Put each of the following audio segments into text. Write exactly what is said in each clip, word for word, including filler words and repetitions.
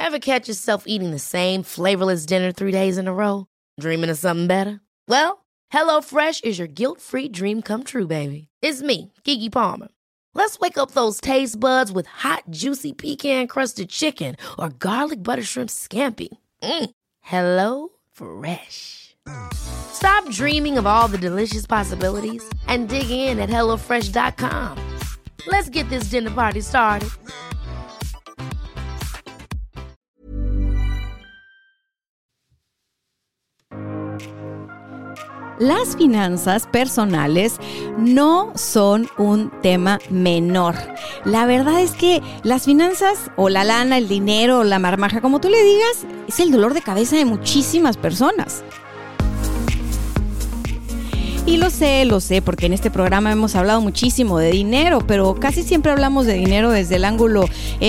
Ever catch yourself eating the same flavorless dinner three days in a row? Dreaming of something better? Well, HelloFresh is your guilt-free dream come true, baby. It's me, Keke Palmer. Let's wake up those taste buds with hot, juicy pecan-crusted chicken or garlic butter shrimp scampi. Mm. Hello Fresh. Stop dreaming of all the delicious possibilities and dig in at hello fresh dot com. Let's get this dinner party started. Las finanzas personales no son un tema menor. La verdad es que las finanzas o la lana, el dinero, la marmaja, como tú le digas, es el dolor de cabeza de muchísimas personas. Y lo sé, lo sé, porque en este programa hemos hablado muchísimo de dinero, pero casi siempre hablamos de dinero desde el ángulo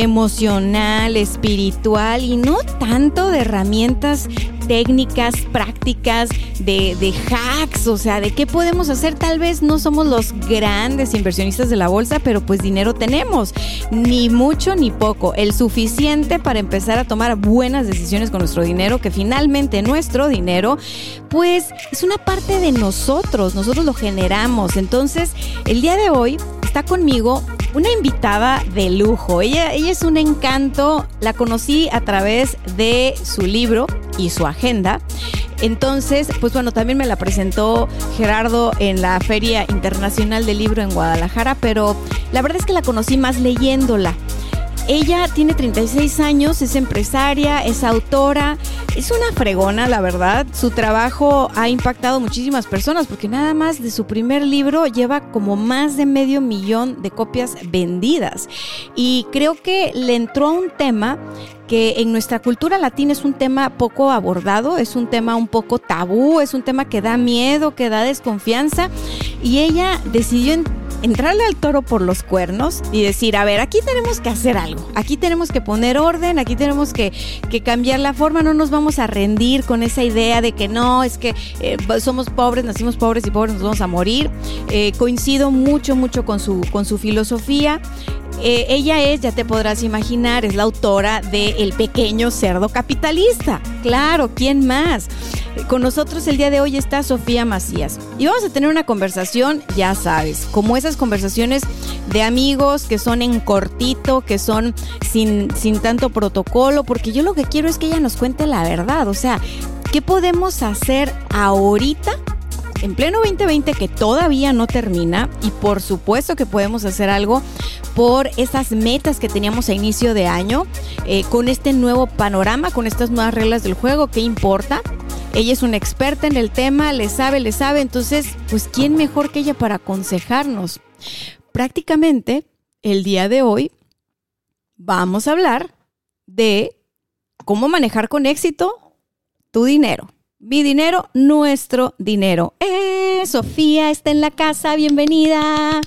emocional, espiritual y no tanto de herramientas técnicas, prácticas, de, de hacks, o sea, de qué podemos hacer. Tal vez no somos los grandes inversionistas de la bolsa, pero pues dinero tenemos, ni mucho ni poco, el suficiente para empezar a tomar buenas decisiones con nuestro dinero, que finalmente nuestro dinero, pues es una parte de nosotros, nosotros lo generamos. Entonces, el día de hoy está conmigo una invitada de lujo. Ella, ella es un encanto. La conocí a través de su libro y su agenda. Entonces, pues bueno, también me la presentó Gerardo en la Feria Internacional del Libro en Guadalajara, pero la verdad es que la conocí más leyéndola. Ella tiene treinta y seis años, es empresaria, es autora, es una fregona, la verdad. Su trabajo ha impactado muchísimas personas porque nada más de su primer libro lleva como más de medio millón de copias vendidas. Y creo que le entró a un tema que en nuestra cultura latina es un tema poco abordado, es un tema un poco tabú, es un tema que da miedo, que da desconfianza. Y ella decidió en entrarle al toro por los cuernos y decir, a ver, aquí tenemos que hacer algo, aquí tenemos que poner orden, aquí tenemos que, que cambiar la forma, no nos vamos a rendir con esa idea de que no, es que eh, somos pobres, nacimos pobres y pobres nos vamos a morir. Eh, coincido mucho, mucho con su, con su filosofía. Eh, ella es, ya te podrás imaginar, es la autora de El pequeño cerdo capitalista. Claro, ¿quién más? Con nosotros el día de hoy está Sofía Macías y vamos a tener una conversación, ya sabes, como esas conversaciones de amigos que son en cortito, que son sin, sin tanto protocolo, porque yo lo que quiero es que ella nos cuente la verdad. O sea, ¿qué podemos hacer ahorita en pleno veinte veinte que todavía no termina? Y por supuesto que podemos hacer algo por esas metas que teníamos a inicio de año, eh, con este nuevo panorama, con estas nuevas reglas del juego. ¿Qué importa? Ella es una experta en el tema, le sabe, le sabe. Entonces, pues, ¿quién mejor que ella para aconsejarnos? Prácticamente, el día de hoy vamos a hablar de cómo manejar con éxito tu dinero. Mi dinero, nuestro dinero. ¡Eh! Sofía está en la casa, bienvenida.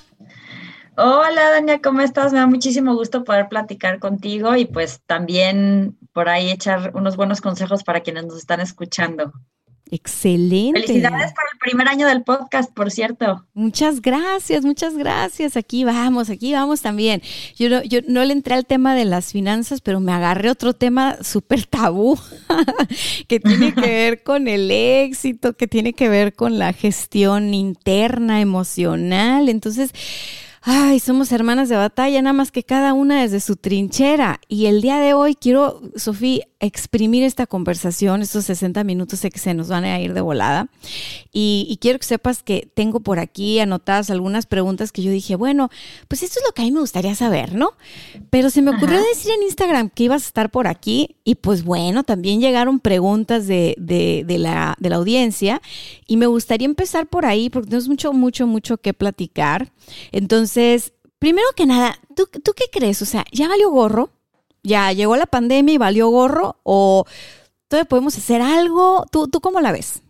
Hola, Dania, ¿cómo estás? Me da muchísimo gusto poder platicar contigo y pues también por ahí echar unos buenos consejos para quienes nos están escuchando. Excelente. Felicidades por el primer año del podcast, por cierto. Muchas gracias, muchas gracias. Aquí vamos, aquí vamos también. Yo no, yo no le entré al tema de las finanzas, pero me agarré otro tema súper tabú que tiene que ver con el éxito, que tiene que ver con la gestión interna, emocional. Entonces, ay, somos hermanas de batalla, nada más que cada una desde su trinchera. Y el día de hoy quiero, Sofía, exprimir esta conversación, estos sesenta minutos sé que se nos van a ir de volada. Y, y quiero que sepas que tengo por aquí anotadas algunas preguntas que yo dije, bueno, pues esto es lo que a mí me gustaría saber, ¿no? Pero se me ocurrió Ajá. decir en Instagram que ibas a estar por aquí y pues bueno, también llegaron preguntas de, de, de, la, de la audiencia y me gustaría empezar por ahí porque tenemos mucho, mucho, mucho que platicar. Entonces, primero que nada, ¿tú, ¿tú qué crees? O sea, ¿ya valió gorro? ¿Ya llegó la pandemia y valió gorro? ¿O todavía podemos hacer algo? ¿Tú, tú cómo la ves?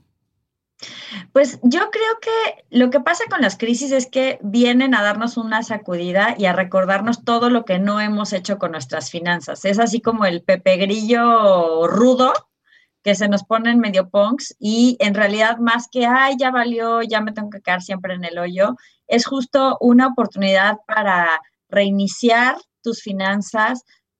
Pues yo creo que lo que pasa con las crisis es que vienen a darnos una sacudida y a recordarnos todo lo que no hemos hecho con nuestras finanzas. Es así como el Pepe Grillo rudo que se nos pone en medio punks y en realidad más que, ay, ya valió, ya me tengo que quedar siempre en el hoyo, es justo una oportunidad para reiniciar tus finanzas,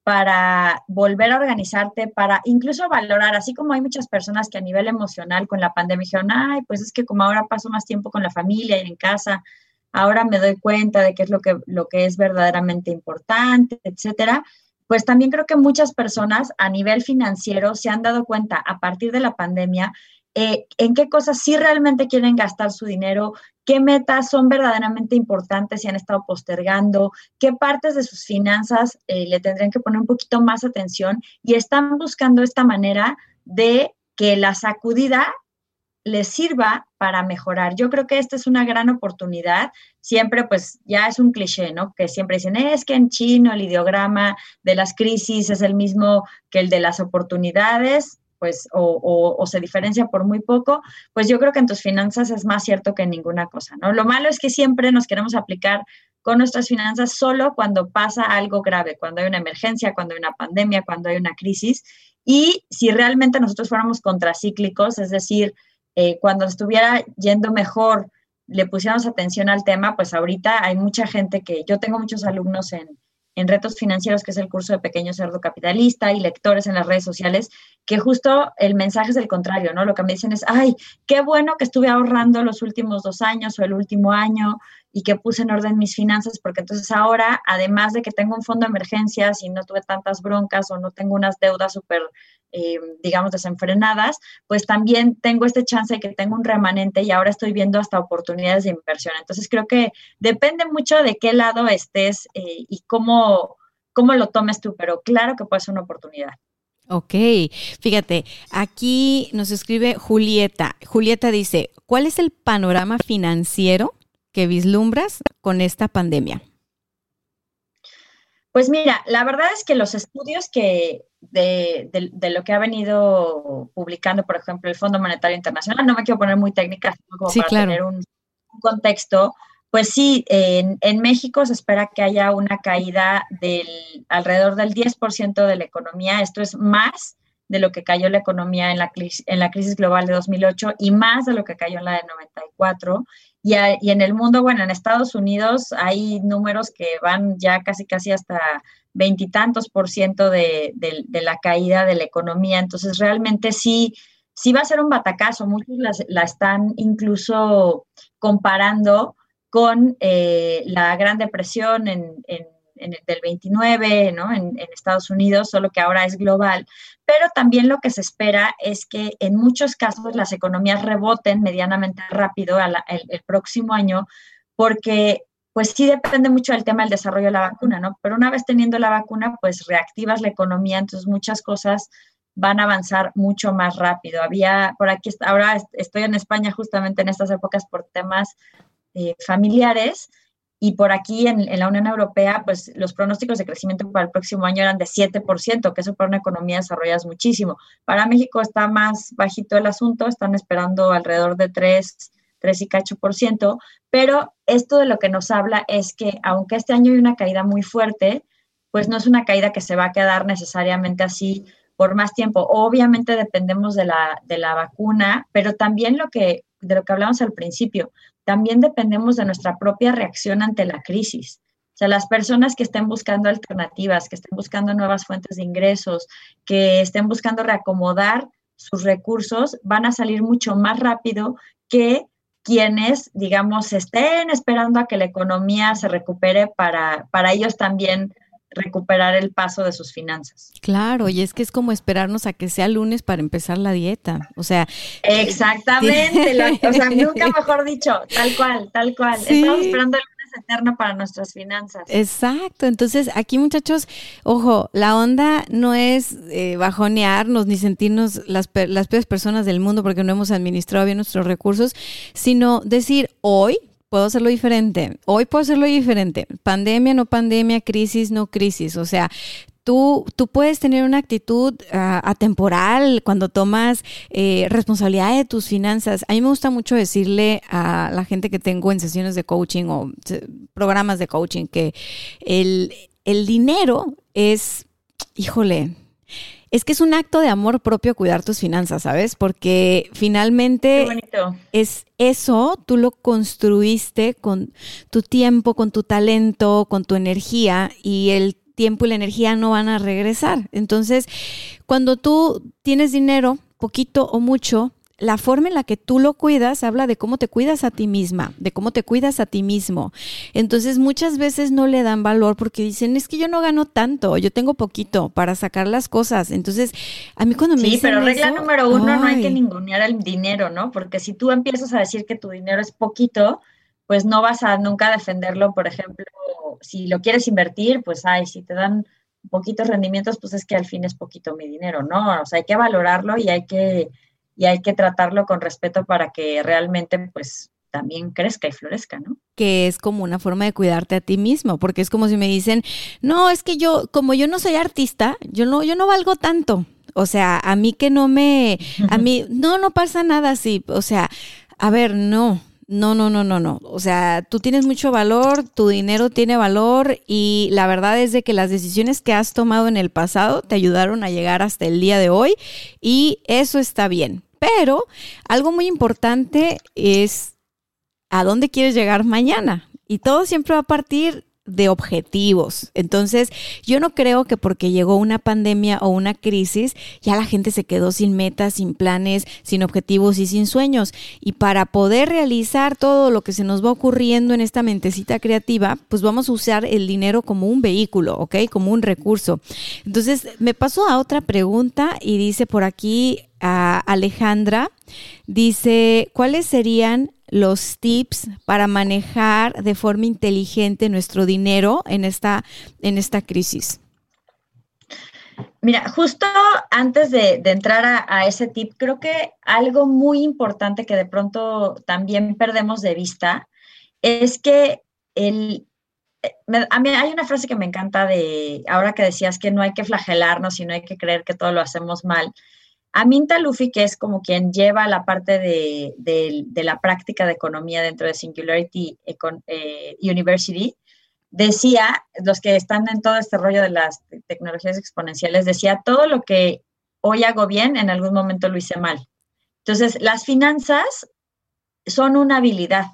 para volver a organizarte, para incluso valorar, así como hay muchas personas que a nivel emocional con la pandemia dijeron, ay, pues es que como ahora paso más tiempo con la familia y en casa, ahora me doy cuenta de qué es lo que, lo que es verdaderamente importante, etcétera. Pues también creo que muchas personas a nivel financiero se han dado cuenta a partir de la pandemia eh, en qué cosas sí realmente quieren gastar su dinero, qué metas son verdaderamente importantes y han estado postergando, qué partes de sus finanzas eh, le tendrían que poner un poquito más atención y están buscando esta manera de que la sacudida les sirva para mejorar. Yo creo que esta es una gran oportunidad. Siempre, pues, ya es un cliché, ¿no? Que siempre dicen, es que en chino el ideograma de las crisis es el mismo que el de las oportunidades, pues, o, o, o se diferencia por muy poco. Pues yo creo que en tus finanzas es más cierto que en ninguna cosa, ¿no? Lo malo es que siempre nos queremos aplicar con nuestras finanzas solo cuando pasa algo grave, cuando hay una emergencia, cuando hay una pandemia, cuando hay una crisis. Y si realmente nosotros fuéramos contracíclicos, es decir, Eh, cuando estuviera yendo mejor, le pusiéramos atención al tema, pues ahorita hay mucha gente que, yo tengo muchos alumnos en, en Retos Financieros, que es el curso de Pequeño Cerdo Capitalista, y lectores en las redes sociales, que justo el mensaje es el contrario, ¿no? Lo que me dicen es, ay, qué bueno que estuve ahorrando los últimos dos años o el último año y que puse en orden mis finanzas, porque entonces ahora, además de que tengo un fondo de emergencias y no tuve tantas broncas o no tengo unas deudas súper Eh, digamos, desenfrenadas, pues también tengo este chance de que tengo un remanente y ahora estoy viendo hasta oportunidades de inversión. Entonces creo que depende mucho de qué lado estés eh, y cómo, cómo lo tomes tú, pero claro que puede ser una oportunidad. Ok, fíjate, aquí nos escribe Julieta. Julieta dice, ¿cuál es el panorama financiero que vislumbras con esta pandemia? Pues mira, la verdad es que los estudios que de, de, de lo que ha venido publicando, por ejemplo, el Fondo Monetario Internacional, no me quiero poner muy técnica, sino como Sí, para claro. tener un, un contexto, pues sí, en, en México se espera que haya una caída del alrededor del diez por ciento de la economía. Esto es más de lo que cayó la economía en la, en la crisis global de dos mil ocho y más de lo que cayó en la de noventa y cuatro. Y, a, y en el mundo, bueno, en Estados Unidos hay números que van ya casi casi hasta veintitantos por ciento de, de, de la caída de la economía. Entonces, realmente sí, sí va a ser un batacazo. Muchos la, la están incluso comparando con eh, la Gran Depresión en, en, en el del veintinueve, ¿no? En, en Estados Unidos, solo que ahora es global. Pero también lo que se espera es que en muchos casos las economías reboten medianamente rápido a la, el, el próximo año, porque pues sí depende mucho del tema del desarrollo de la vacuna, ¿no? Pero una vez teniendo la vacuna, pues reactivas la economía, entonces muchas cosas van a avanzar mucho más rápido. Había, por aquí, ahora estoy en España justamente en estas épocas por temas eh, familiares, y por aquí en, en la Unión Europea, pues los pronósticos de crecimiento para el próximo año eran de siete por ciento, que eso para una economía desarrollada es muchísimo. Para México está más bajito el asunto, están esperando alrededor de tres, tres y cacho por ciento, pero esto de lo que nos habla es que aunque este año hay una caída muy fuerte, pues no es una caída que se va a quedar necesariamente así por más tiempo. Obviamente dependemos de la, de la vacuna, pero también lo que, de lo que hablamos al principio, también dependemos de nuestra propia reacción ante la crisis. O sea, las personas que estén buscando alternativas, que estén buscando nuevas fuentes de ingresos, que estén buscando reacomodar sus recursos, van a salir mucho más rápido que quienes, digamos, estén esperando a que la economía se recupere para, para ellos también recuperar el paso de sus finanzas. Claro, y es que es como esperarnos a que sea lunes para empezar la dieta, o sea... Exactamente, la, o sea, nunca mejor dicho, tal cual, tal cual. Sí. Estamos esperando el lunes eterno para nuestras finanzas. Exacto, entonces aquí muchachos, ojo, la onda no es eh, bajonearnos ni sentirnos las, las peores personas del mundo porque no hemos administrado bien nuestros recursos, sino decir hoy, puedo hacerlo diferente. Hoy puedo hacerlo diferente. Pandemia, no pandemia, crisis, no crisis. O sea, tú, tú puedes tener una actitud uh, atemporal cuando tomas eh, responsabilidad de tus finanzas. A mí me gusta mucho decirle a la gente que tengo en sesiones de coaching o programas de coaching que el, el dinero es, híjole... Es que es un acto de amor propio cuidar tus finanzas, ¿sabes? Porque finalmente es eso, tú lo construiste con tu tiempo, con tu talento, con tu energía, y el tiempo y la energía no van a regresar. Entonces, cuando tú tienes dinero, poquito o mucho, la forma en la que tú lo cuidas habla de cómo te cuidas a ti misma, de cómo te cuidas a ti mismo. Entonces, muchas veces no le dan valor porque dicen, es que yo no gano tanto, yo tengo poquito para sacar las cosas. Entonces, a mí cuando me Sí, dicen pero regla eso, número uno, no hay que ay, ningunear el dinero, ¿no? Porque si tú empiezas a decir que tu dinero es poquito, pues no vas a nunca defenderlo. Por ejemplo, si lo quieres invertir, pues, ay, si te dan poquitos rendimientos, pues es que al fin es poquito mi dinero, ¿no? O sea, hay que valorarlo y hay que, y hay que tratarlo con respeto para que realmente, pues, también crezca y florezca, ¿no? que es como una forma de cuidarte a ti mismo, porque es como si me dicen, no, es que yo, como yo no soy artista, yo no, yo no valgo tanto. O sea, a mí que no me, a mí, no, no pasa nada así. O sea, a ver, no, no, no, no, no, no. O sea, tú tienes mucho valor, tu dinero tiene valor y la verdad es de que las decisiones que has tomado en el pasado te ayudaron a llegar hasta el día de hoy y eso está bien. Pero algo muy importante es a dónde quieres llegar mañana. Y todo siempre va a partir de objetivos. Entonces, yo no creo que porque llegó una pandemia o una crisis, ya la gente se quedó sin metas, sin planes, sin objetivos y sin sueños. Y para poder realizar todo lo que se nos va ocurriendo en esta mentecita creativa, pues vamos a usar el dinero como un vehículo, ¿ok? Como un recurso. Entonces, me paso a otra pregunta y dice por aquí a Alejandra, dice, ¿cuáles serían los tips para manejar de forma inteligente nuestro dinero en esta, en esta crisis? Mira, justo antes de, de entrar a, a ese tip, creo que algo muy importante que de pronto también perdemos de vista es que el, me, a mí hay una frase que me encanta de, ahora que decías que no hay que flagelarnos y no hay que creer que todo lo hacemos mal. Aminta Luffy, que es como quien lleva la parte de, de, de la práctica de economía dentro de Singularity Econ, eh, University, decía, los que están en todo este rollo de las tecnologías exponenciales, decía, todo lo que hoy hago bien, en algún momento lo hice mal. Entonces, las finanzas son una habilidad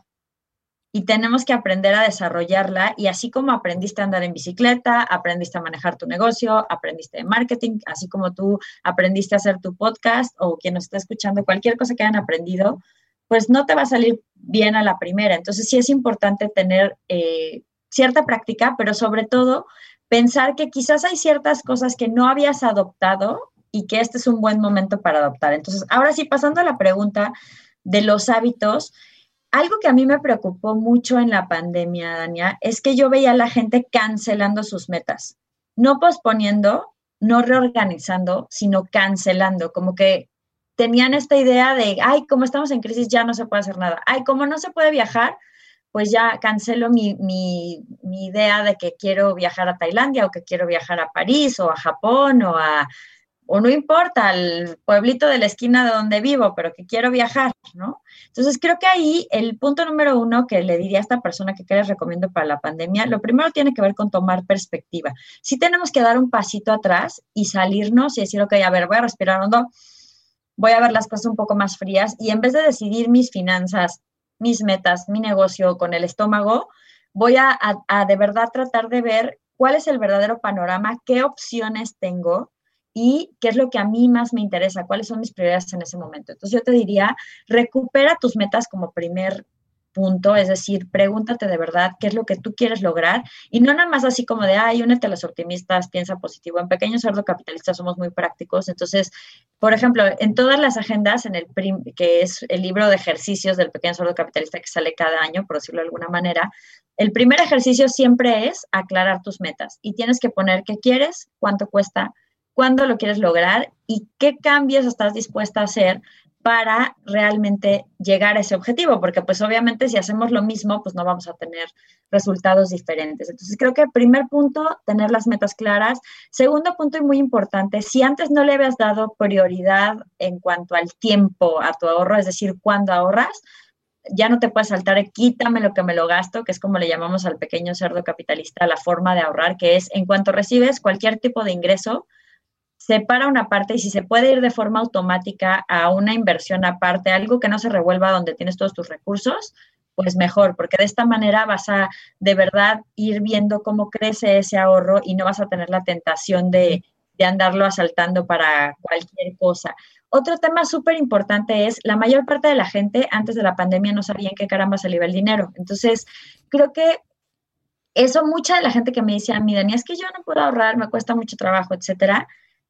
y tenemos que aprender a desarrollarla y así como aprendiste a andar en bicicleta, aprendiste a manejar tu negocio, aprendiste de marketing, así como tú aprendiste a hacer tu podcast o quien nos está escuchando, cualquier cosa que hayan aprendido, pues no te va a salir bien a la primera. Entonces sí es importante tener eh, cierta práctica, pero sobre todo pensar que quizás hay ciertas cosas que no habías adoptado y que este es un buen momento para adoptar. Entonces, ahora sí, pasando a la pregunta de los hábitos, algo que a mí me preocupó mucho en la pandemia, Dania, es que yo veía a la gente cancelando sus metas, no posponiendo, no reorganizando, sino cancelando, como que tenían esta idea de, ay, como estamos en crisis ya no se puede hacer nada, ay, como no se puede viajar, pues ya cancelo mi, mi, mi idea de que quiero viajar a Tailandia o que quiero viajar a París o a Japón o a... o no importa, al pueblito de la esquina de donde vivo, pero que quiero viajar, ¿no? Entonces, creo que ahí el punto número uno que le diría a esta persona que les recomiendo para la pandemia, lo primero tiene que ver con tomar perspectiva. Sí tenemos que dar un pasito atrás y salirnos y decir, ok, a ver, voy a respirar hondo, voy a ver las cosas un poco más frías y en vez de decidir mis finanzas, mis metas, mi negocio con el estómago, voy a, a, a de verdad tratar de ver cuál es el verdadero panorama, qué opciones tengo, y qué es lo que a mí más me interesa, cuáles son mis prioridades en ese momento. Entonces yo te diría, recupera tus metas como primer punto, es decir, pregúntate de verdad qué es lo que tú quieres lograr y no nada más así como de, ay, únete a los optimistas, piensa positivo. En Pequeño Cerdo Capitalista somos muy prácticos, entonces, por ejemplo, en todas las agendas, en el prim, que es el libro de ejercicios del Pequeño Cerdo Capitalista que sale cada año, por decirlo de alguna manera, el primer ejercicio siempre es aclarar tus metas y tienes que poner qué quieres, cuánto cuesta, cuándo lo quieres lograr y qué cambios estás dispuesta a hacer para realmente llegar a ese objetivo, porque pues obviamente si hacemos lo mismo, pues no vamos a tener resultados diferentes. Entonces creo que primer punto, tener las metas claras. Segundo punto y muy importante, si antes no le habías dado prioridad en cuanto al tiempo a tu ahorro, es decir, cuándo ahorras, ya no te puedes saltar, quítame lo que me lo gasto, que es como le llamamos al pequeño cerdo capitalista, la forma de ahorrar, que es en cuanto recibes cualquier tipo de ingreso, separa una parte y si se puede ir de forma automática a una inversión aparte, algo que no se revuelva donde tienes todos tus recursos, pues mejor, porque de esta manera vas a de verdad ir viendo cómo crece ese ahorro y no vas a tener la tentación de, de andarlo asaltando para cualquier cosa. Otro tema súper importante es, la mayor parte de la gente antes de la pandemia no sabía en qué caramba se le iba el dinero. Entonces, creo que eso, mucha de la gente que me dice a mí, Dani, es que yo no puedo ahorrar, me cuesta mucho trabajo, etcétera.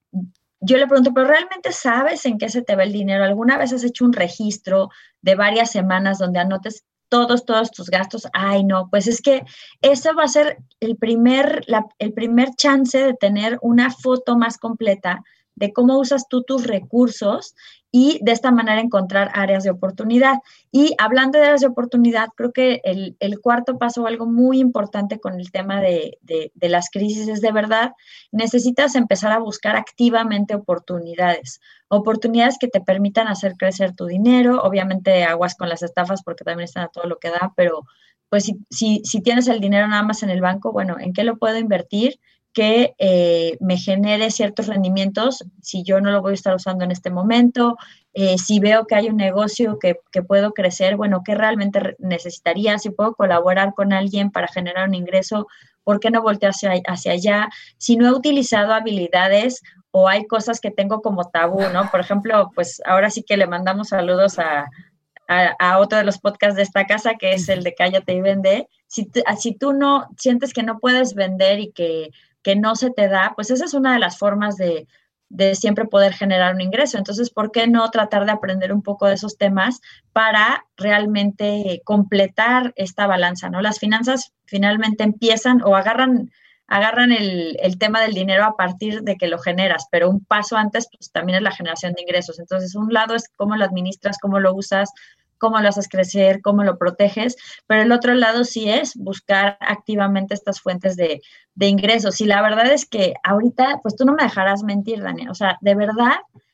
Yo le pregunto, ¿pero realmente sabes en qué se te va el dinero? ¿Alguna vez has hecho un registro de varias semanas donde anotes todos, todos tus gastos? Ay, no, pues es que eso va a ser el primer, la, el primer chance de tener una foto más completa de cómo usas tú tus recursos y de esta manera encontrar áreas de oportunidad. Y hablando de áreas de oportunidad, creo que el, el cuarto paso o algo muy importante con el tema de, de, de las crisis es, de verdad, necesitas empezar a buscar activamente oportunidades, oportunidades que te permitan hacer crecer tu dinero. Obviamente aguas con las estafas porque también están a todo lo que da, pero pues si, si, si tienes el dinero nada más en el banco, bueno, ¿en qué lo puedo invertir? Que eh, me genere ciertos rendimientos si yo no lo voy a estar usando en este momento, eh, si veo que hay un negocio que, que puedo crecer, bueno, ¿qué realmente necesitaría? Si puedo colaborar con alguien para generar un ingreso, ¿por qué no volteo hacia, hacia allá? Si no he utilizado habilidades o hay cosas que tengo como tabú, ¿no? Por ejemplo, pues ahora sí que le mandamos saludos a, a, a otro de los podcasts de esta casa, que es el de Cállate y Vende. Si, si tú no sientes que no puedes vender y que que no se te da, pues esa es una de las formas de, de siempre poder generar un ingreso. Entonces, ¿por qué no tratar de aprender un poco de esos temas para realmente completar esta balanza, ¿no? Las finanzas finalmente empiezan o agarran, agarran el, el tema del dinero a partir de que lo generas, pero un paso antes, pues también es la generación de ingresos. Entonces, un lado es cómo lo administras, cómo lo usas, cómo lo haces crecer, cómo lo proteges, pero el otro lado sí es buscar activamente estas fuentes de, de ingresos. Y la verdad es que ahorita, pues tú no me dejarás mentir, Dani, o sea, de verdad,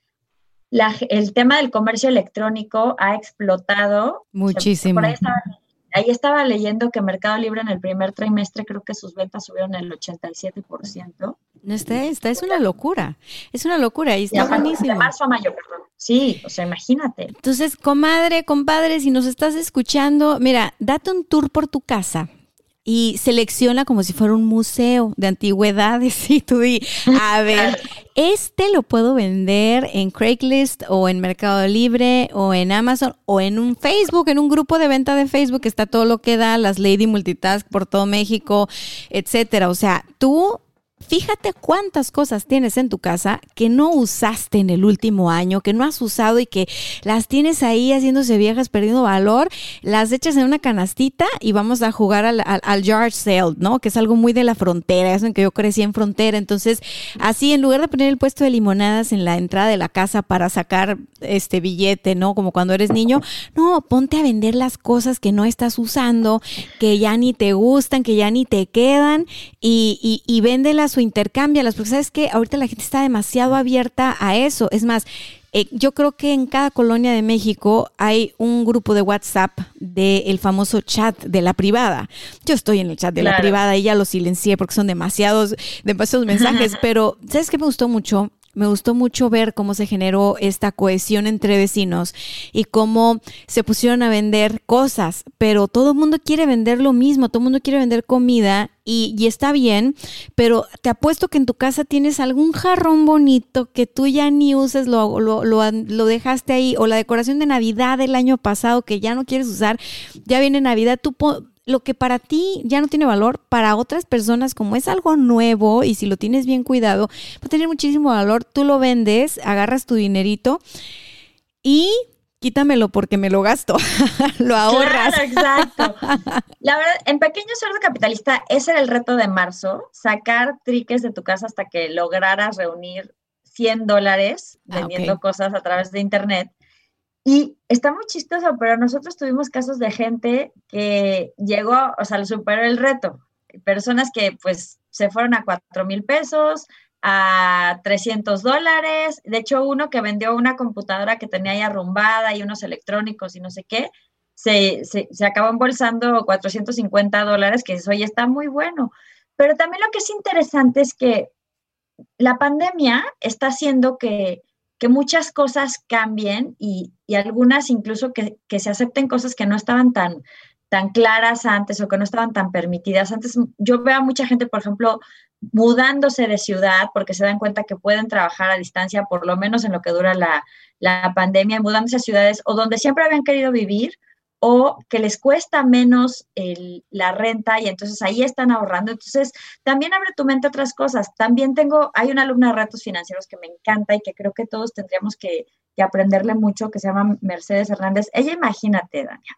la, el tema del comercio electrónico ha explotado. Muchísimo. O sea, por ahí estaba, ahí estaba leyendo que Mercado Libre en el primer trimestre creo que sus ventas subieron el ochenta y siete por ciento. No está, está, es una locura, es una locura y está y buenísimo. De marzo a mayo, perdón. Sí, o sea, imagínate. Entonces, comadre, compadre, si nos estás escuchando, mira, date un tour por tu casa y selecciona como si fuera un museo de antigüedades y tú di, a ver, este lo puedo vender en Craigslist o en Mercado Libre o en Amazon o en un Facebook, en un grupo de venta de Facebook que está todo lo que da, las Lady Multitask por todo México, etcétera. O sea, tú fíjate cuántas cosas tienes en tu casa que no usaste en el último año, que no has usado y que las tienes ahí haciéndose viejas, perdiendo valor, las echas en una canastita y vamos a jugar al, al, al yard sale, ¿no? Que es algo muy de la frontera, eso en que yo crecí en frontera. Entonces, así en lugar de poner el puesto de limonadas en la entrada de la casa para sacar este billete, ¿no? Como cuando eres niño, no, ponte a vender las cosas que no estás usando, que ya ni te gustan, que ya ni te quedan y, y, y véndelas o intercámbialas, porque sabes que ahorita la gente está demasiado abierta a eso. Es más, eh, yo creo que en cada colonia de México hay un grupo de WhatsApp del famoso chat de la privada. Yo estoy en el chat de claro. la privada y ya lo silencié porque son demasiados, demasiados mensajes, pero ¿sabes qué me gustó mucho? Me gustó mucho ver cómo se generó esta cohesión entre vecinos y cómo se pusieron a vender cosas, pero todo el mundo quiere vender lo mismo, todo el mundo quiere vender comida y, y está bien, pero te apuesto que en tu casa tienes algún jarrón bonito que tú ya ni uses, lo, lo, lo, lo dejaste ahí, o la decoración de Navidad del año pasado que ya no quieres usar, ya viene Navidad, tú po- lo que para ti ya no tiene valor, para otras personas, como es algo nuevo y si lo tienes bien cuidado, va a tener muchísimo valor. Tú lo vendes, agarras tu dinerito y quítamelo porque me lo gasto. Lo ahorras. Claro, exacto. La verdad, en Pequeño Cerdo Capitalista, ese era el reto de marzo, sacar triques de tu casa hasta que lograras reunir cien dólares vendiendo ah, okay. cosas a través de internet. Y está muy chistoso, pero nosotros tuvimos casos de gente que llegó, o sea, le superó el reto. Personas que, pues, se fueron a cuatro mil pesos, a trescientos dólares. De hecho, uno que vendió una computadora que tenía ahí arrumbada y unos electrónicos y no sé qué, se, se, se acabó embolsando cuatrocientos cincuenta dólares, que eso ya está muy bueno. Pero también lo que es interesante es que la pandemia está haciendo que que muchas cosas cambien y, y algunas incluso que, que se acepten cosas que no estaban tan, tan claras antes o que no estaban tan permitidas. Antes yo veo a mucha gente, por ejemplo, mudándose de ciudad porque se dan cuenta que pueden trabajar a distancia, por lo menos en lo que dura la, la pandemia, mudándose a ciudades o donde siempre habían querido vivir o que les cuesta menos el, la renta y entonces ahí están ahorrando. Entonces, también abre tu mente a otras cosas. También tengo, hay una alumna de retos financieros que me encanta y que creo que todos tendríamos que, que aprenderle mucho, que se llama Mercedes Hernández. Ella, imagínate, Dania,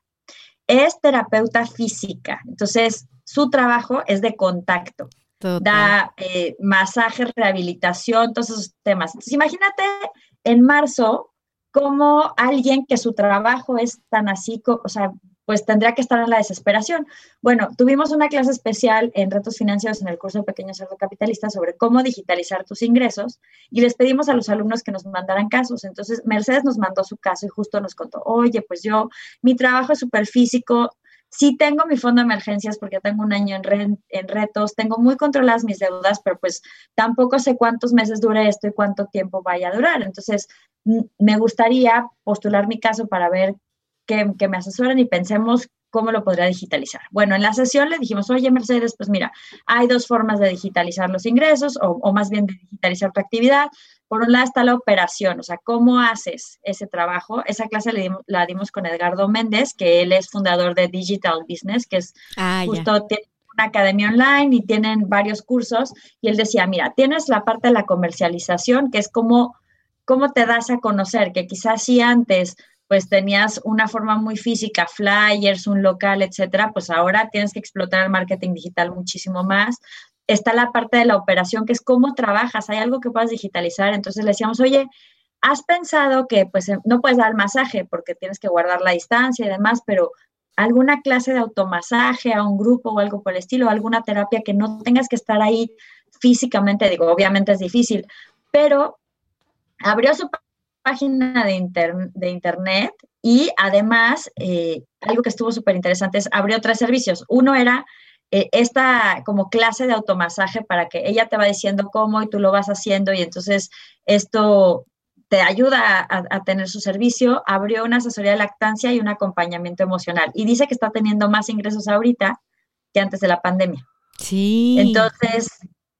es terapeuta física, entonces su trabajo es de contacto. Total. Da eh, masaje, rehabilitación, todos esos temas. Entonces, imagínate en marzo como alguien que su trabajo es tan así, o sea, pues tendría que estar en la desesperación. Bueno, tuvimos una clase especial en Retos Financieros en el curso de Pequeño Cerdo Capitalista sobre cómo digitalizar tus ingresos y les pedimos a los alumnos que nos mandaran casos. Entonces, Mercedes nos mandó su caso y justo nos contó, oye, pues yo, mi trabajo es súper físico, sí tengo mi fondo de emergencias porque tengo un año en, re, en retos, tengo muy controladas mis deudas, pero pues tampoco sé cuántos meses dure esto y cuánto tiempo vaya a durar. Entonces, me gustaría postular mi caso para ver que, que me asesoren y pensemos cómo lo podría digitalizar. Bueno, en la sesión le dijimos, oye, Mercedes, pues mira, hay dos formas de digitalizar los ingresos o, o más bien de digitalizar tu actividad. Por un lado está la operación, o sea, ¿cómo haces ese trabajo? Esa clase la dimos, la dimos con Edgardo Méndez, que él es fundador de Digital Business, que es ah, justo, tiene una academia online y tienen varios cursos. Y él decía, mira, tienes la parte de la comercialización, que es cómo, cómo te das a conocer, que quizás si antes pues tenías una forma muy física, flyers, un local, etcétera, pues ahora tienes que explotar el marketing digital muchísimo más. Está la parte de la operación, que es cómo trabajas, hay algo que puedas digitalizar. Entonces le decíamos, oye, ¿has pensado que pues no puedes dar masaje porque tienes que guardar la distancia y demás, pero alguna clase de automasaje a un grupo o algo por el estilo, alguna terapia que no tengas que estar ahí físicamente? Digo, obviamente es difícil, pero abrió su página de, inter- de internet y además, eh, algo que estuvo súper interesante es abrió tres servicios. Uno era eh, esta como clase de automasaje para que ella te va diciendo cómo y tú lo vas haciendo y entonces esto te ayuda a, a tener su servicio. Abrió una asesoría de lactancia y un acompañamiento emocional y dice que está teniendo más ingresos ahorita que antes de la pandemia. Sí. Entonces,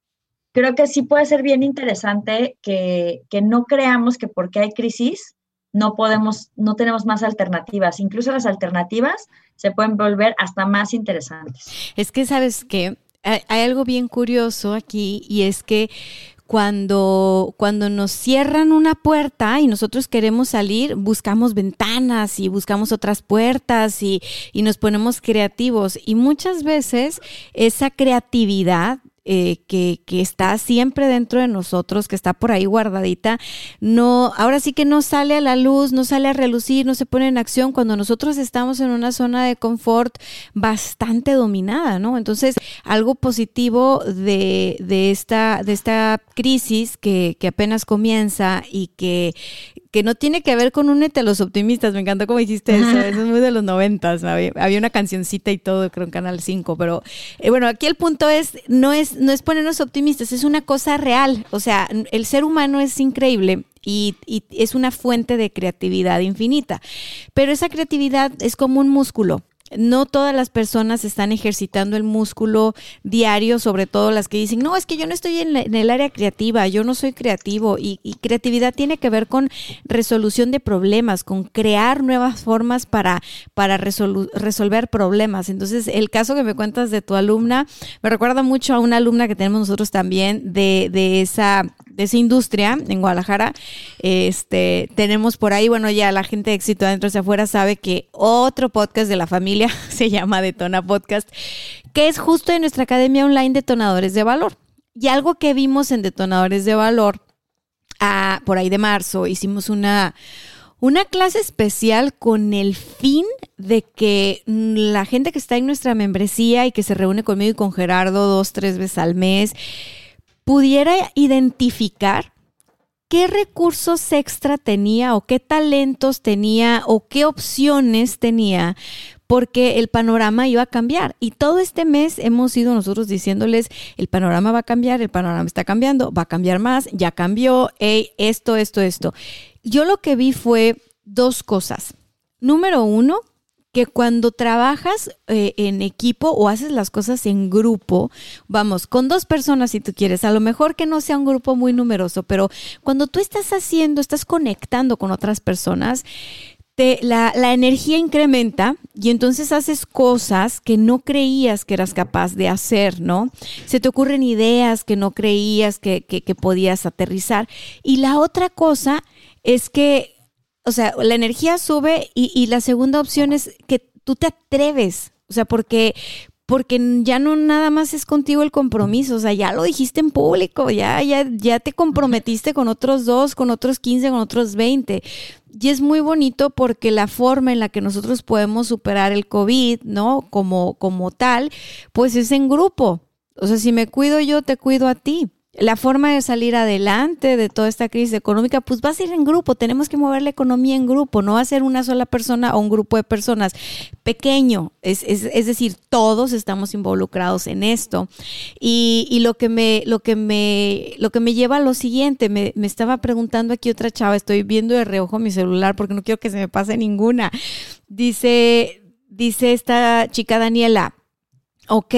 creo que sí puede ser bien interesante que, que no creamos que porque hay crisis no podemos, no tenemos más alternativas. Incluso las alternativas se pueden volver hasta más interesantes. Es que, ¿sabes qué? Hay, hay algo bien curioso aquí y es que Cuando, cuando nos cierran una puerta y nosotros queremos salir, buscamos ventanas y buscamos otras puertas y, y nos ponemos creativos. Y muchas veces esa creatividad eh, que, que está siempre dentro de nosotros, que está por ahí guardadita, no, ahora sí que no sale a la luz, no sale a relucir, no se pone en acción cuando nosotros estamos en una zona de confort bastante dominada, ¿no? Entonces, algo positivo de, de esta, de esta crisis que, que apenas comienza y que, que no tiene que ver con únete a los optimistas. Me encantó cómo dijiste eso, eso es muy de los noventas, había, había una cancioncita y todo, creo en Canal cinco, pero eh, bueno, aquí el punto es no es no es ponernos optimistas, es una cosa real, o sea, el ser humano es increíble y, y es una fuente de creatividad infinita, pero esa creatividad es como un músculo. No todas las personas están ejercitando el músculo diario, sobre todo las que dicen, no, es que yo no estoy en, la, en el área creativa, yo no soy creativo. Y, y creatividad tiene que ver con resolución de problemas, con crear nuevas formas para, para resolu- resolver problemas. Entonces, el caso que me cuentas de tu alumna me recuerda mucho a una alumna que tenemos nosotros también de, de esa... de esa industria en Guadalajara. Este, tenemos por ahí, bueno, ya la gente de Éxito Adentro hacia Afuera sabe que otro podcast de la familia se llama Detona Podcast, que es justo de nuestra academia online Detonadores de Valor. Y algo que vimos en Detonadores de Valor, ah, por ahí de marzo, hicimos una, una clase especial con el fin de que la gente que está en nuestra membresía y que se reúne conmigo y con Gerardo dos, tres veces al mes, pudiera identificar qué recursos extra tenía o qué talentos tenía o qué opciones tenía, porque el panorama iba a cambiar. Y todo este mes hemos ido nosotros diciéndoles, el panorama va a cambiar, el panorama está cambiando, va a cambiar más, ya cambió, hey, esto, esto, esto. Yo lo que vi fue dos cosas. Número uno, que cuando trabajas eh, en equipo o haces las cosas en grupo, vamos, con dos personas si tú quieres, a lo mejor que no sea un grupo muy numeroso, pero cuando tú estás haciendo, estás conectando con otras personas, Te, la, la energía incrementa y entonces haces cosas que no creías que eras capaz de hacer, ¿no? Se te ocurren ideas que no creías que, que, que podías aterrizar. Y la otra cosa es que, o sea, la energía sube y, y la segunda opción es que tú te atreves, o sea, porque... porque ya no nada más es contigo el compromiso, o sea, ya lo dijiste en público, ya, ya, ya te comprometiste con otros dos, con otros quince, con otros veinte. Y es muy bonito porque la forma en la que nosotros podemos superar el COVID, ¿no? Como, como tal, pues es en grupo. O sea, si me cuido yo, te cuido a ti. La forma de salir adelante de toda esta crisis económica, pues va a ser en grupo. Tenemos que mover la economía en grupo. No va a ser una sola persona o un grupo de personas pequeño. Es, es, es decir, todos estamos involucrados en esto. Y, y lo que me, lo que me, lo que me lleva a lo siguiente, me, me estaba preguntando aquí otra chava, estoy viendo de reojo mi celular porque no quiero que se me pase ninguna. Dice, dice esta chica Daniela, ok,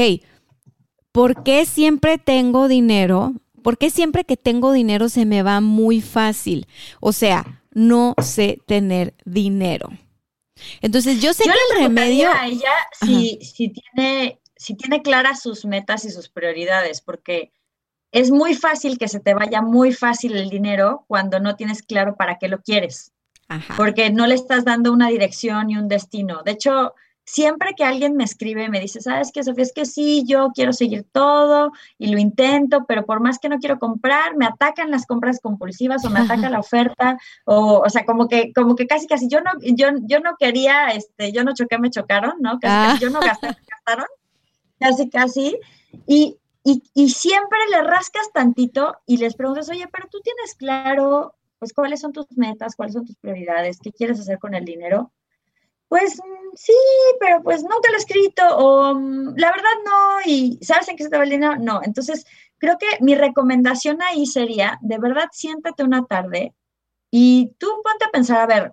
¿por qué siempre tengo dinero? ¿Por qué siempre que tengo dinero se me va muy fácil? O sea, no sé tener dinero. Entonces, yo sé yo que el remedio... a ella si, si, tiene, si tiene claras sus metas y sus prioridades, porque es muy fácil que se te vaya muy fácil el dinero cuando no tienes claro para qué lo quieres. Ajá. Porque no le estás dando una dirección y un destino. De hecho... siempre que alguien me escribe, me dice, ¿sabes qué, Sofía? Es que sí, yo quiero seguir todo y lo intento, pero por más que no quiero comprar, me atacan las compras compulsivas o me ataca la oferta, o, o sea, como que, como que casi, casi, yo no, yo, yo no quería, este, yo no choqué, me chocaron, ¿no? Casi, ah. casi, yo no gasté, me gastaron, casi, casi, y, y, y siempre le rascas tantito y les preguntas, oye, pero tú tienes claro, pues, cuáles son tus metas, cuáles son tus prioridades, qué quieres hacer con el dinero. Pues sí, pero pues nunca lo he escrito, o la verdad no, y ¿sabes en qué se te va el dinero? No, entonces creo que mi recomendación ahí sería, de verdad, siéntate una tarde y tú ponte a pensar, a ver,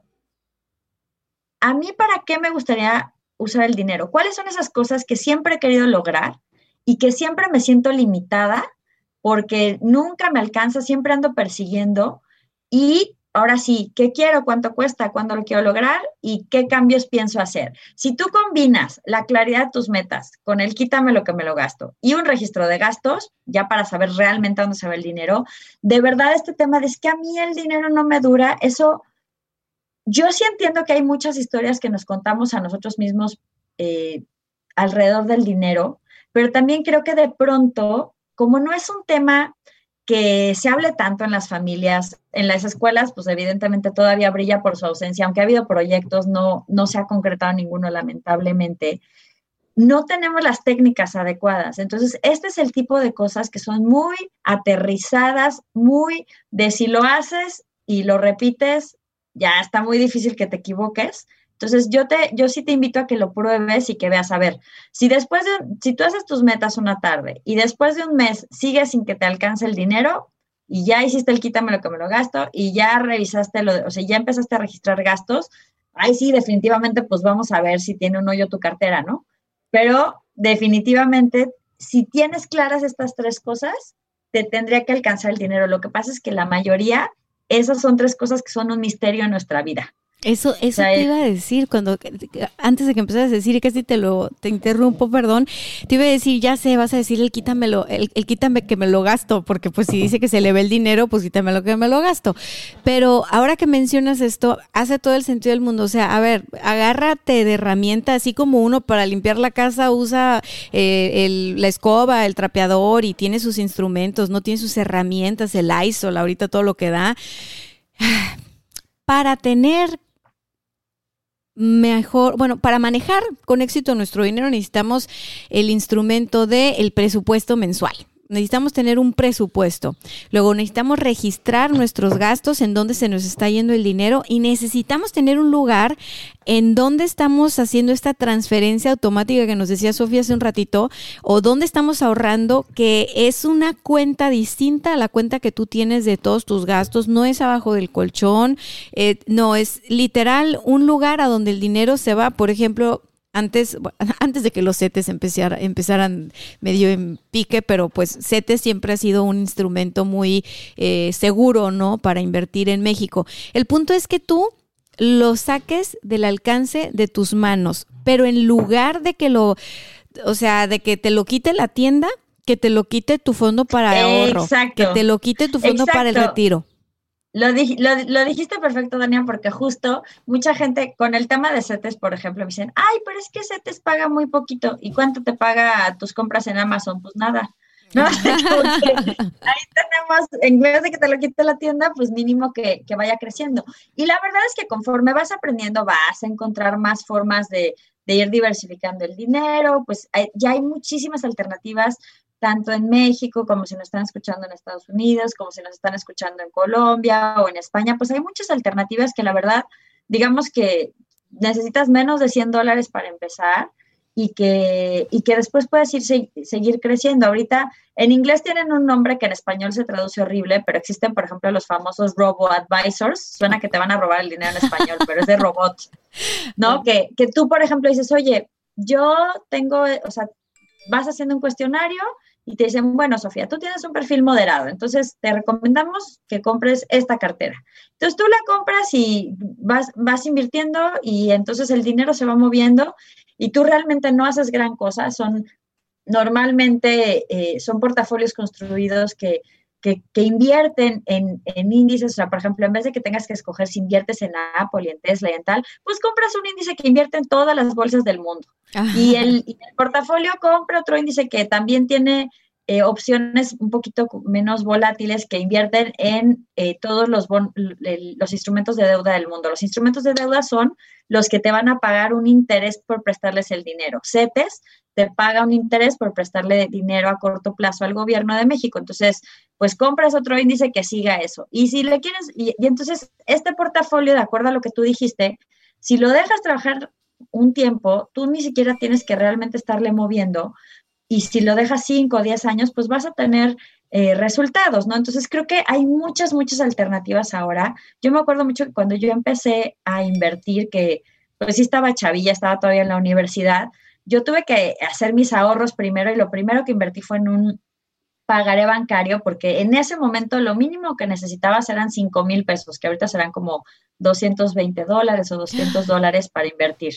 ¿a mí para qué me gustaría usar el dinero? ¿Cuáles son esas cosas que siempre he querido lograr y que siempre me siento limitada porque nunca me alcanza, siempre ando persiguiendo? Y ahora sí, ¿qué quiero? ¿Cuánto cuesta? ¿Cuándo lo quiero lograr? ¿Y qué cambios pienso hacer? Si tú combinas la claridad de tus metas con el quítame lo que me lo gasto y un registro de gastos, ya para saber realmente dónde se va el dinero, de verdad este tema de es que a mí el dinero no me dura, eso, yo sí entiendo que hay muchas historias que nos contamos a nosotros mismos eh, alrededor del dinero, pero también creo que de pronto, como no es un tema que se hable tanto en las familias, en las escuelas, pues evidentemente todavía brilla por su ausencia, aunque ha habido proyectos, no, no se ha concretado ninguno lamentablemente, no tenemos las técnicas adecuadas. Entonces, este es el tipo de cosas que son muy aterrizadas, muy de si lo haces y lo repites, ya está muy difícil que te equivoques. Entonces, yo, te, yo sí te invito a que lo pruebes y que veas, a ver, si después de, si tú haces tus metas una tarde y después de un mes sigues sin que te alcance el dinero y ya hiciste el quítame lo que me lo gasto y ya revisaste, lo, o sea, ya empezaste a registrar gastos, ahí sí, definitivamente, pues vamos a ver si tiene un hoyo tu cartera, ¿no? Pero definitivamente, si tienes claras estas tres cosas, te tendría que alcanzar el dinero. Lo que pasa es que la mayoría, esas son tres cosas que son un misterio en nuestra vida. Eso, eso o sea, te iba a decir cuando antes de que empezaras a decir y casi te lo te interrumpo, perdón, te iba a decir, ya sé, vas a decir el quítamelo, el, el quítame que me lo gasto, porque pues si dice que se le ve el dinero, pues quítamelo que me lo gasto. Pero ahora que mencionas esto, hace todo el sentido del mundo. O sea, a ver, agárrate de herramienta, así como uno para limpiar la casa usa eh, el, la escoba, el trapeador y tiene sus instrumentos, no tiene sus herramientas, el Lysol, ahorita todo lo que da. Para tener mejor, bueno, para manejar con éxito nuestro dinero necesitamos el instrumento del presupuesto mensual. necesitamos tener un presupuesto. Luego necesitamos registrar nuestros gastos, en dónde se nos está yendo el dinero, y necesitamos tener un lugar en donde estamos haciendo esta transferencia automática que nos decía Sofía hace un ratito, o donde estamos ahorrando, que es una cuenta distinta a la cuenta que tú tienes de todos tus gastos. No es abajo del colchón, eh, no, es literal un lugar a donde el dinero se va. Por ejemplo, Antes, antes de que los CETES empezara, empezaran medio en pique, pero pues CETES siempre ha sido un instrumento muy eh, seguro, ¿no?, para invertir en México. El punto es que tú lo saques del alcance de tus manos, pero en lugar de que lo, o sea, de que te lo quite la tienda, que te lo quite tu fondo para ahorro, Exacto. que te lo quite tu fondo Exacto. para el retiro. Lo, di- lo, lo dijiste perfecto, Dania, porque justo mucha gente con el tema de CETES, por ejemplo, me dicen, ay, pero es que CETES paga muy poquito. ¿Y cuánto te paga tus compras en Amazon? Pues nada, ¿no? Porque ahí tenemos, en vez de que te lo quite la tienda, pues mínimo que, que vaya creciendo. Y la verdad es que conforme vas aprendiendo, vas a encontrar más formas de, de ir diversificando el dinero, pues hay, ya hay muchísimas alternativas, tanto en México como si nos están escuchando en Estados Unidos, como si nos están escuchando en Colombia o en España, pues hay muchas alternativas que la verdad, digamos que necesitas menos de cien dólares para empezar y que, y que después puedes ir se, seguir creciendo. Ahorita en inglés tienen un nombre que en español se traduce horrible, pero existen, por ejemplo, los famosos robo-advisors. Suena que te van a robar el dinero en español, pero es de robot, ¿no? Que, que tú, por ejemplo, dices, oye, yo tengo, o sea, vas haciendo un cuestionario y te dicen, bueno, Sofía, tú tienes un perfil moderado, entonces te recomendamos que compres esta cartera. Entonces tú la compras y vas, vas invirtiendo y entonces el dinero se va moviendo y tú realmente no haces gran cosa. Son normalmente, eh, son portafolios construidos que, que, que invierten en, en índices. O sea, por ejemplo, en vez de que tengas que escoger si inviertes en Apple y en Tesla y en tal, pues compras un índice que invierte en todas las bolsas del mundo. Y el, y el portafolio compra otro índice que también tiene eh, opciones un poquito menos volátiles, que invierten en eh, todos los, bon, los instrumentos de deuda del mundo. Los instrumentos de deuda son los que te van a pagar un interés por prestarles el dinero. CETES te paga un interés por prestarle dinero a corto plazo al gobierno de México. Entonces, pues compras otro índice que siga eso. Y si le quieres, y, y entonces este portafolio, de acuerdo a lo que tú dijiste, si lo dejas trabajar un tiempo, tú ni siquiera tienes que realmente estarle moviendo, y si lo dejas cinco o diez años, pues vas a tener eh, resultados, ¿no? Entonces creo que hay muchas, muchas alternativas ahora. Yo me acuerdo mucho que cuando yo empecé a invertir, que pues sí estaba chavilla, estaba todavía en la universidad, yo tuve que hacer mis ahorros primero, y lo primero que invertí fue en un pagaré bancario, porque en ese momento lo mínimo que necesitabas eran cinco mil pesos, que ahorita serán como doscientos veinte dólares o doscientos dólares para invertir.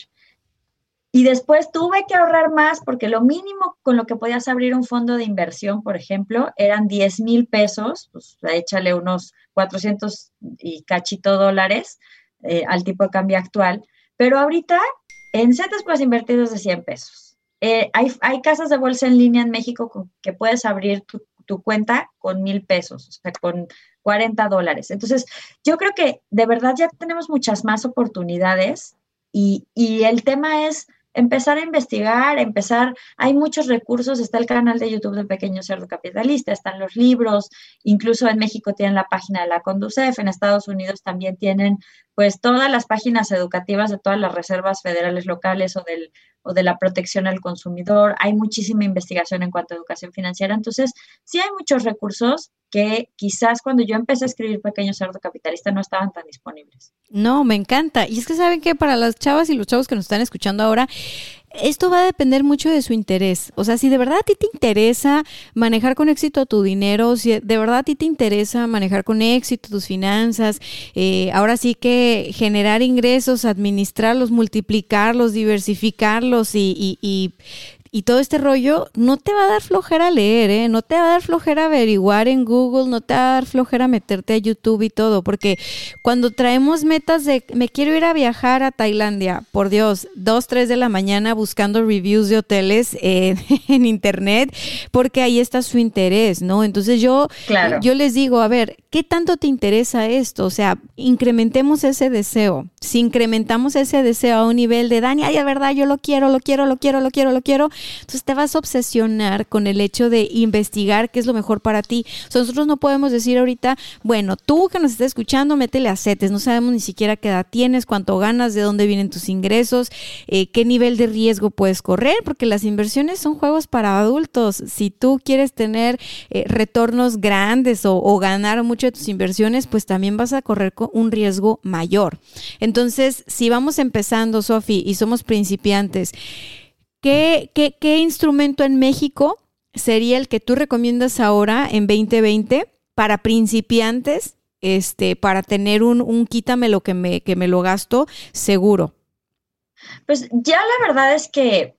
Y después tuve que ahorrar más, porque lo mínimo con lo que podías abrir un fondo de inversión, por ejemplo, eran diez mil pesos, pues échale unos cuatrocientos y cachito dólares eh, al tipo de cambio actual. Pero ahorita en CETES puedes invertir desde cien pesos. Eh, hay, hay casas de bolsa en línea en México con, que puedes abrir tu, tu cuenta con mil pesos, o sea, con cuarenta dólares. Entonces, yo creo que de verdad ya tenemos muchas más oportunidades, y, y el tema es empezar a investigar, empezar, hay muchos recursos, está el canal de YouTube del Pequeño Cerdo Capitalista, están los libros, incluso en México tienen la página de la Conducef, en Estados Unidos también tienen pues todas las páginas educativas de todas las reservas federales locales o, del, o de la protección al consumidor. Hay muchísima investigación en cuanto a educación financiera. Entonces, sí hay muchos recursos que quizás cuando yo empecé a escribir Pequeño Cerdo Capitalista no estaban tan disponibles. No, me encanta. Y es que saben que para las chavas y los chavos que nos están escuchando ahora, esto va a depender mucho de su interés. O sea, si de verdad a ti te interesa manejar con éxito tu dinero, si de verdad a ti te interesa manejar con éxito tus finanzas, eh, ahora sí que generar ingresos, administrarlos, multiplicarlos, diversificarlos y, y, y Y todo este rollo, no te va a dar flojera leer, ¿eh? No te va a dar flojera averiguar en Google, no te va a dar flojera meterte a YouTube y todo, porque cuando traemos metas de me quiero ir a viajar a Tailandia, por Dios, dos, tres de la mañana buscando reviews de hoteles eh, en internet, porque ahí está su interés, ¿no? Entonces yo, claro. yo les digo, a ver, ¿qué tanto te interesa esto? O sea, incrementemos ese deseo. Si incrementamos ese deseo a un nivel de, Dani, ay, de verdad, yo lo quiero, lo quiero, lo quiero, lo quiero, lo quiero, entonces te vas a obsesionar con el hecho de investigar qué es lo mejor para ti. O sea, nosotros no podemos decir ahorita, bueno, tú que nos estás escuchando, métele a CETES. No sabemos ni siquiera qué edad tienes, cuánto ganas, de dónde vienen tus ingresos, eh, qué nivel de riesgo puedes correr, porque las inversiones son juegos para adultos. Si tú quieres tener eh, retornos grandes o, o ganar mucho de tus inversiones, pues también vas a correr con un riesgo mayor. Entonces, si vamos empezando, Sofi, y somos principiantes, ¿qué, qué, qué instrumento en México sería el que tú recomiendas ahora en veinte veinte para principiantes, este, para tener un, un quítamelo que me, que me lo gasto seguro? Pues ya la verdad es que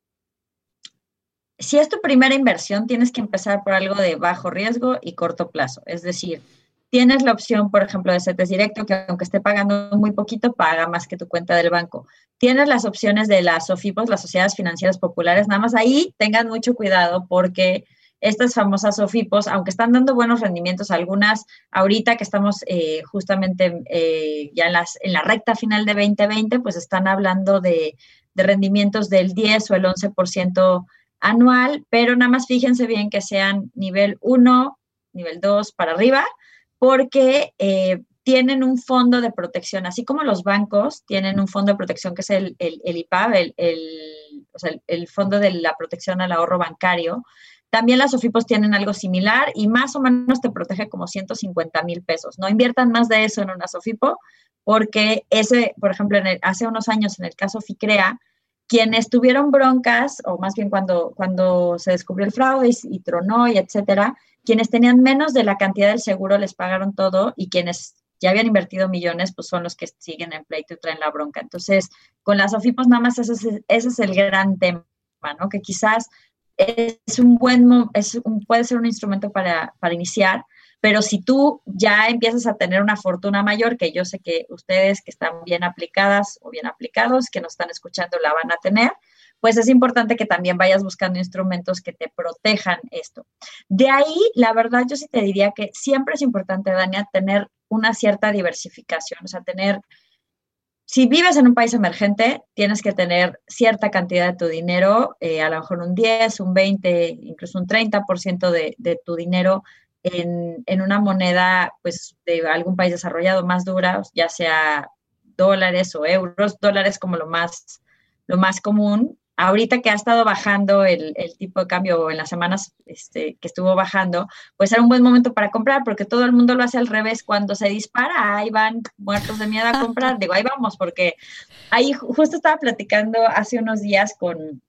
si es tu primera inversión, tienes que empezar por algo de bajo riesgo y corto plazo. Es decir, tienes la opción, por ejemplo, de CETES Directo, que aunque esté pagando muy poquito, paga más que tu cuenta del banco. Tienes las opciones de las SOFIPOS, las Sociedades Financieras Populares. Nada más ahí tengan mucho cuidado porque estas famosas SOFIPOS, aunque están dando buenos rendimientos, algunas ahorita que estamos eh, justamente eh, ya en, las, en la recta final de veinte veinte, pues están hablando de, de rendimientos del diez o el once por ciento anual, pero nada más fíjense bien que sean nivel uno, nivel dos para arriba, porque eh, tienen un fondo de protección, así como los bancos tienen un fondo de protección que es el, el, el I P A B, el, el, o sea, el, el Fondo de la Protección al Ahorro Bancario. También las SOFIPOS tienen algo similar y más o menos te protege como ciento cincuenta mil pesos. No inviertan más de eso en una SOFIPO porque ese, por ejemplo, en el, hace unos años en el caso FICREA, quienes tuvieron broncas, o más bien cuando, cuando se descubrió el fraude y, y tronó y etcétera, quienes tenían menos de la cantidad del seguro les pagaron todo y quienes ya habían invertido millones, pues son los que siguen en pleito y traen la bronca. Entonces, con las SOFIPOS nada más ese es, ese es el gran tema, ¿no? Que quizás es un buen, es un, puede ser un instrumento para, para iniciar, pero si tú ya empiezas a tener una fortuna mayor, que yo sé que ustedes que están bien aplicadas o bien aplicados, que nos están escuchando, la van a tener, pues es importante que también vayas buscando instrumentos que te protejan esto. De ahí, la verdad, yo sí te diría que siempre es importante, Dania, tener una cierta diversificación, o sea, tener... Si vives en un país emergente, tienes que tener cierta cantidad de tu dinero, eh, a lo mejor un diez, un veinte, incluso un treinta por ciento de, de tu dinero en, en una moneda pues, de algún país desarrollado más dura, ya sea dólares o euros, dólares como lo más, lo más común. Ahorita que ha estado bajando el, el tipo de cambio en las semanas este, que estuvo bajando, pues era un buen momento para comprar porque todo el mundo lo hace al revés. Cuando se dispara, ahí van muertos de miedo a comprar. Digo, ahí vamos, porque ahí justo estaba platicando hace unos días con,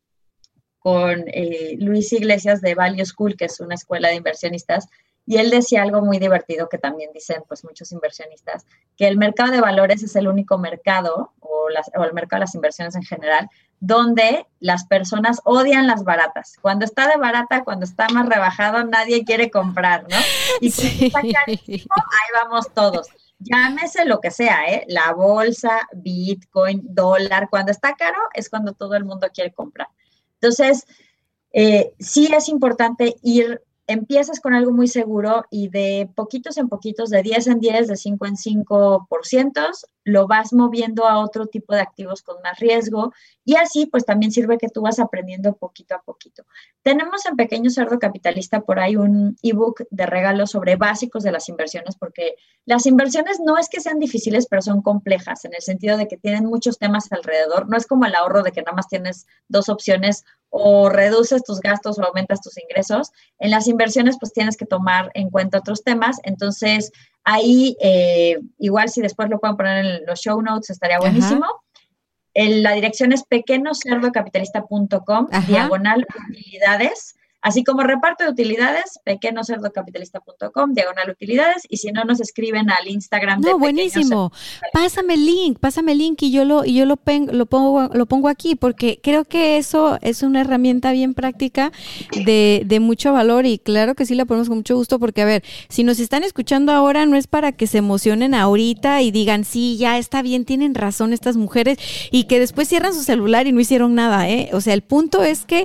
con eh, Luis Iglesias de Value School, que es una escuela de inversionistas, y él decía algo muy divertido que también dicen pues muchos inversionistas, que el mercado de valores es el único mercado, o, las, o el mercado de las inversiones en general, donde las personas odian las baratas. Cuando está de barata, cuando está más rebajado, nadie quiere comprar, ¿no? Y cuando sí. está carísimo, ahí vamos todos. Llámese lo que sea, ¿eh? La bolsa, Bitcoin, dólar. Cuando está caro es cuando todo el mundo quiere comprar. Entonces, eh, sí es importante ir... Empiezas con algo muy seguro y de poquitos en poquitos, de diez en diez, de cinco en cinco por ciento, lo vas moviendo a otro tipo de activos con más riesgo y así pues también sirve que tú vas aprendiendo poquito a poquito. Tenemos en Pequeño Cerdo Capitalista por ahí un ebook de regalo sobre básicos de las inversiones porque las inversiones no es que sean difíciles, pero son complejas en el sentido de que tienen muchos temas alrededor. No es como el ahorro de que nada más tienes dos opciones, o reduces tus gastos o aumentas tus ingresos. En las inversiones, pues tienes que tomar en cuenta otros temas. Entonces, ahí, eh, igual si después lo pueden poner en los show notes, estaría buenísimo. El, la dirección es pequeño cerdo capitalista punto com, diagonal utilidades. Así como reparto de utilidades, pequeño cerdo capitalista punto com, diagonal utilidades, y si no, nos escriben al Instagram de No, buenísimo. Pásame el link, pásame el link y yo lo y yo lo, pen, lo pongo lo pongo aquí porque creo que eso es una herramienta bien práctica de, de mucho valor y claro que sí la ponemos con mucho gusto porque, a ver, si nos están escuchando ahora no es para que se emocionen ahorita y digan, sí, ya está bien, tienen razón estas mujeres y que después cierran su celular y no hicieron nada, ¿eh? O sea, el punto es que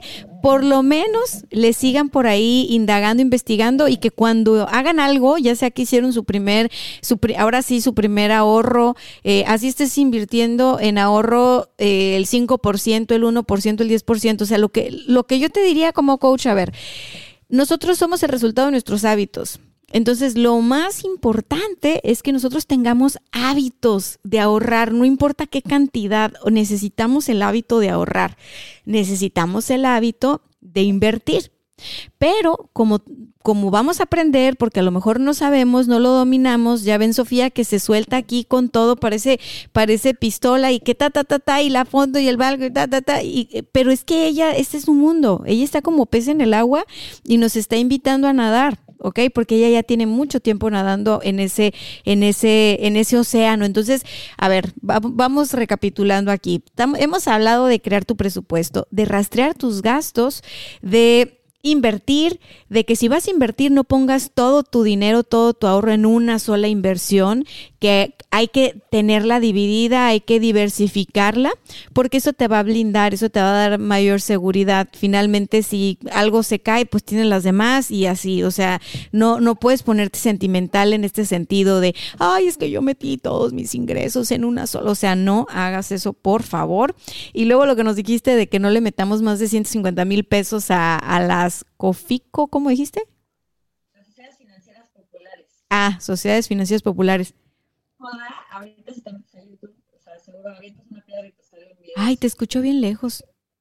por lo menos le sigan por ahí indagando, investigando y que cuando hagan algo, ya sea que hicieron su primer, su, ahora sí su primer ahorro, eh, así estés invirtiendo en ahorro eh, el cinco por ciento, el uno por ciento, el diez por ciento, o sea, lo que, lo que yo te diría como coach, a ver, nosotros somos el resultado de nuestros hábitos. Entonces, lo más importante es que nosotros tengamos hábitos de ahorrar, no importa qué cantidad, necesitamos el hábito de ahorrar, necesitamos el hábito de invertir. Pero como, como vamos a aprender, porque a lo mejor no sabemos, no lo dominamos, ya ven Sofía que se suelta aquí con todo, parece, parece pistola y que ta, ta, ta, ta, y la fondo y el valgo y ta, ta, ta, y, pero es que ella, este es su mundo, ella está como pez en el agua y nos está invitando a nadar. ¿Ok? Porque ella ya tiene mucho tiempo nadando en ese, en ese, en ese océano. Entonces, a ver, va, vamos recapitulando aquí. Tam, hemos hablado de crear tu presupuesto, de rastrear tus gastos, de invertir, de que si vas a invertir no pongas todo tu dinero, todo tu ahorro en una sola inversión, que hay que tenerla dividida, hay que diversificarla, porque eso te va a blindar, eso te va a dar mayor seguridad. Finalmente, si algo se cae, pues tienes las demás y así, o sea, no, no puedes ponerte sentimental en este sentido de, ay, es que yo metí todos mis ingresos en una sola, o sea, no hagas eso, por favor. Y luego lo que nos dijiste de que no le metamos más de ciento cincuenta mil pesos a, a las COFICO, ¿cómo dijiste? Sociedades Financieras Populares. Ah, Sociedades Financieras Populares. Joda, ahorita se está en YouTube, o sea, seguro ahorita es una piedra y te sale un video. Ay, te escucho bien lejos.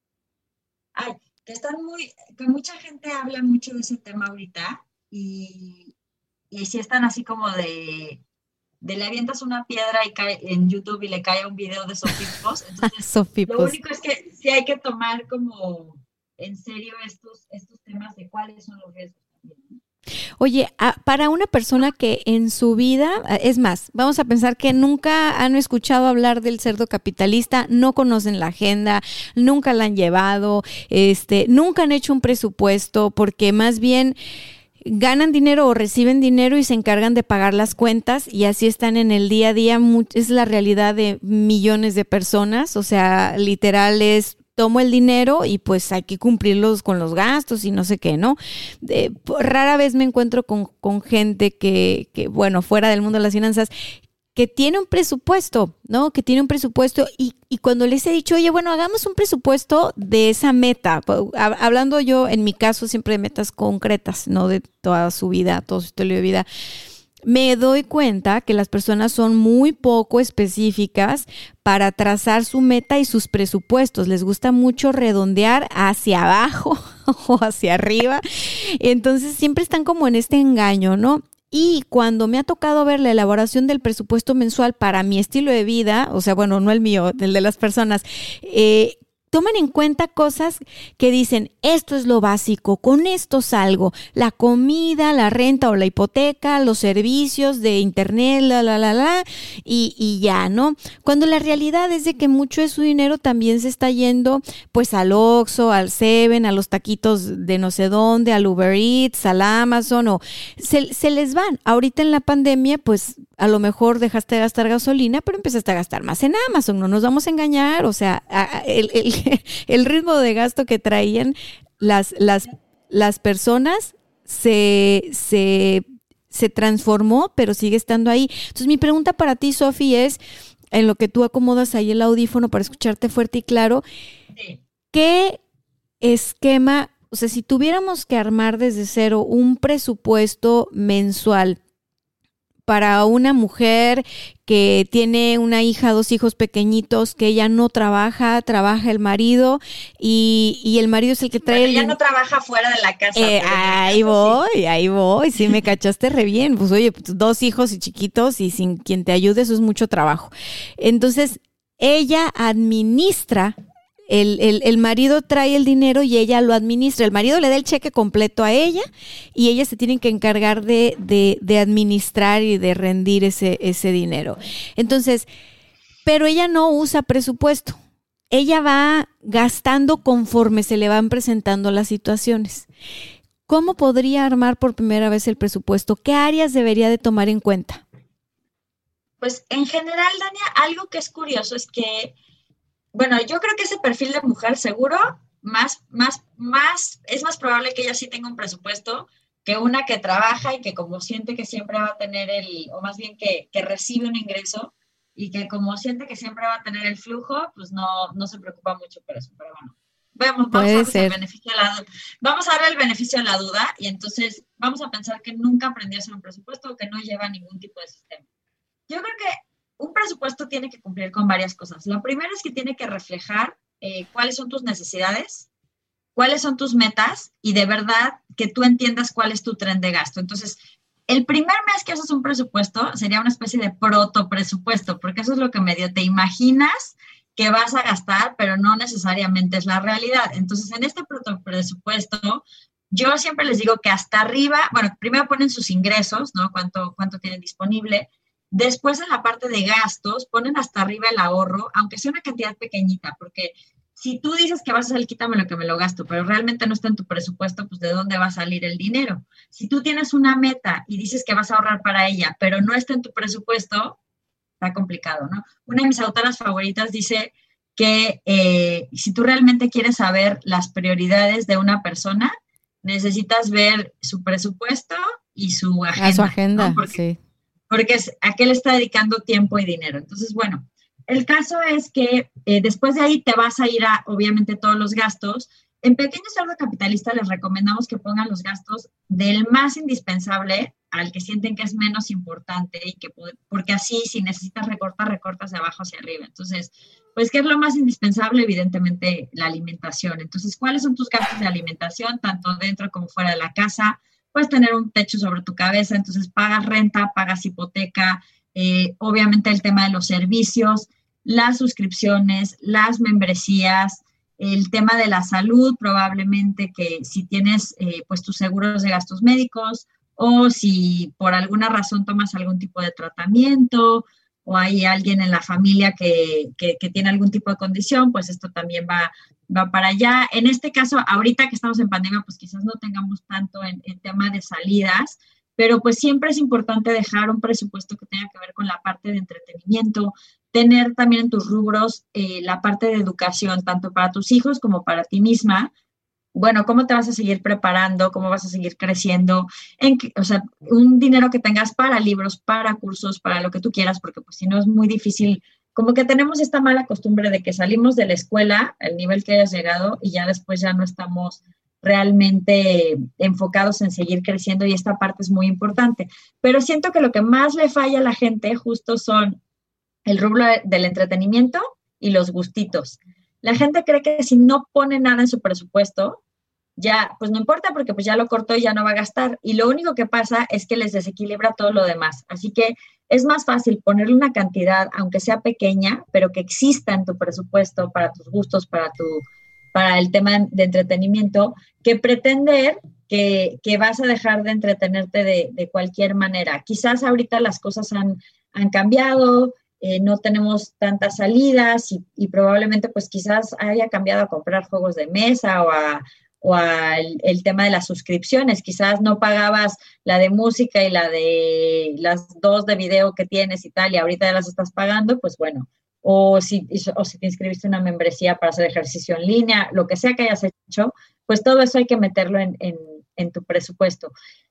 Ay, que están muy, que mucha gente habla mucho de ese tema ahorita y, y si están así como de, de le avientas una piedra y cae en YouTube y le cae un video de Sofipos. Entonces, Sofipos. Lo único es que sí hay que tomar como en serio estos, estos temas de cuáles son los riesgos también, ¿no? Oye, para una persona que en su vida, es más, vamos a pensar que nunca han escuchado hablar del cerdo capitalista, no conocen la agenda, nunca la han llevado, este, nunca han hecho un presupuesto, porque más bien ganan dinero o reciben dinero y se encargan de pagar las cuentas y así están en el día a día. Es la realidad de millones de personas, o sea, literal es tomo el dinero y pues hay que cumplirlos con los gastos y no sé qué, ¿no? Eh, rara vez me encuentro con, con gente que, que, bueno, fuera del mundo de las finanzas, que tiene un presupuesto, ¿no? Que tiene un presupuesto y, y cuando les he dicho, oye, bueno, hagamos un presupuesto de esa meta, hablando yo en mi caso siempre de metas concretas, no de toda su vida, todo su estilo de vida, me doy cuenta que las personas son muy poco específicas para trazar su meta y sus presupuestos. Les gusta mucho redondear hacia abajo o hacia arriba. Entonces siempre están como en este engaño, ¿no? Y cuando me ha tocado ver la elaboración del presupuesto mensual para mi estilo de vida, o sea, bueno, no el mío, el de las personas, eh, toman en cuenta cosas que dicen, esto es lo básico, con esto salgo, la comida, la renta o la hipoteca, los servicios de internet, la, la, la, la, y, y ya, ¿no? Cuando la realidad es de que mucho de su dinero también se está yendo, pues, al Oxxo, al Seven, a los taquitos de no sé dónde, al Uber Eats, al Amazon, o se, se les van. Ahorita en la pandemia, pues, a lo mejor dejaste de gastar gasolina, pero empezaste a gastar más en Amazon, no nos vamos a engañar, o sea, el, el, el ritmo de gasto que traían las, las, las personas se, se, se transformó, pero sigue estando ahí. Entonces, mi pregunta para ti, Sofi, es, en lo que tú acomodas ahí el audífono para escucharte fuerte y claro, Sí. ¿qué esquema, o sea, si tuviéramos que armar desde cero un presupuesto mensual para una mujer que tiene una hija, dos hijos pequeñitos, que ella no trabaja, trabaja el marido y, y el marido es el que trae Bueno, el... ella no trabaja fuera de la casa. Eh, pero en la ahí casa voy, sí. ahí voy, sí me cachaste re bien. Pues oye, pues, dos hijos y chiquitos y sin quien te ayude, eso es mucho trabajo. Entonces, ella administra. El, el, el marido trae el dinero y ella lo administra. El marido le da el cheque completo a ella y ella se tiene que encargar de, de, de administrar y de rendir ese, ese dinero. Entonces, pero ella no usa presupuesto. Ella va gastando conforme se le van presentando las situaciones. ¿Cómo podría armar por primera vez el presupuesto? ¿Qué áreas debería de tomar en cuenta? Pues en general, Dania, algo que es curioso es que bueno, yo creo que ese perfil de mujer seguro más, más, más, es más probable que ella sí tenga un presupuesto que una que trabaja y que como siente que siempre va a tener el, o más bien que, que recibe un ingreso y que como siente que siempre va a tener el flujo, pues no, no se preocupa mucho por eso. Pero bueno, vamos, vamos a darle el beneficio de la, vamos a darle el beneficio de la duda y entonces vamos a pensar que nunca aprendió a hacer un presupuesto o que no lleva ningún tipo de sistema. Yo creo que un presupuesto tiene que cumplir con varias cosas. Lo primero es que tiene que reflejar eh, cuáles son tus necesidades, cuáles son tus metas y de verdad que tú entiendas cuál es tu tren de gasto. Entonces, el primer mes que haces un presupuesto sería una especie de proto presupuesto, porque eso es lo que medio te imaginas que vas a gastar, pero no necesariamente es la realidad. Entonces, en este proto presupuesto, yo siempre les digo que hasta arriba, bueno, primero ponen sus ingresos, ¿no? Cuánto, cuánto tienen disponible. Después, en la parte de gastos, ponen hasta arriba el ahorro, aunque sea una cantidad pequeñita, porque si tú dices que vas a salir, quítame lo que me lo gasto, pero realmente no está en tu presupuesto, pues ¿de dónde va a salir el dinero? Si tú tienes una meta y dices que vas a ahorrar para ella, pero no está en tu presupuesto, está complicado, ¿no? Una de mis autoras favoritas dice que eh, si tú realmente quieres saber las prioridades de una persona, necesitas ver su presupuesto y su agenda. A su agenda, ¿no? Porque, sí. Porque es, a qué le está dedicando tiempo y dinero. Entonces, bueno, el caso es que eh, después de ahí te vas a ir a, obviamente, todos los gastos. En Pequeño Cerdo Capitalista les recomendamos que pongan los gastos del más indispensable al que sienten que es menos importante y que porque así si necesitas recortar, recortas de abajo hacia arriba. Entonces, pues, ¿qué es lo más indispensable? Evidentemente, la alimentación. Entonces, ¿cuáles son tus gastos de alimentación, tanto dentro como fuera de la casa? Puedes tener un techo sobre tu cabeza, entonces pagas renta, pagas hipoteca, eh, obviamente el tema de los servicios, las suscripciones, las membresías, el tema de la salud, probablemente que si tienes eh, pues tus seguros de gastos médicos o si por alguna razón tomas algún tipo de tratamiento o hay alguien en la familia que, que, que tiene algún tipo de condición, pues esto también va, va para allá. En este caso, ahorita que estamos en pandemia, pues quizás no tengamos tanto en, en tema de salidas, pero pues siempre es importante dejar un presupuesto que tenga que ver con la parte de entretenimiento, tener también en tus rubros eh, la parte de educación, tanto para tus hijos como para ti misma. Bueno, ¿cómo te vas a seguir preparando? ¿Cómo vas a seguir creciendo? En, o sea, un dinero que tengas para libros, para cursos, para lo que tú quieras, porque pues si no es muy difícil. Como que tenemos esta mala costumbre de que salimos de la escuela, al nivel que hayas llegado, y ya después ya no estamos realmente enfocados en seguir creciendo y esta parte es muy importante. Pero siento que lo que más le falla a la gente justo son el rubro del entretenimiento y los gustitos. La gente cree que si no pone nada en su presupuesto, ya, pues no importa porque pues ya lo cortó y ya no va a gastar. Y lo único que pasa es que les desequilibra todo lo demás. Así que es más fácil ponerle una cantidad, aunque sea pequeña, pero que exista en tu presupuesto para tus gustos, para tu, para el tema de entretenimiento, que pretender que, que vas a dejar de entretenerte de, de cualquier manera. Quizás ahorita las cosas han, han cambiado, eh, no tenemos tantas salidas y, y probablemente pues quizás haya cambiado a comprar juegos de mesa o a o al el tema de las suscripciones. Quizás no pagabas la de música y la de las dos de video que tienes y tal, y ahorita ya las estás pagando, pues bueno, o si, o si te inscribiste en una membresía para hacer ejercicio en línea, lo que sea que hayas hecho, pues todo eso hay que meterlo en, en, en tu presupuesto.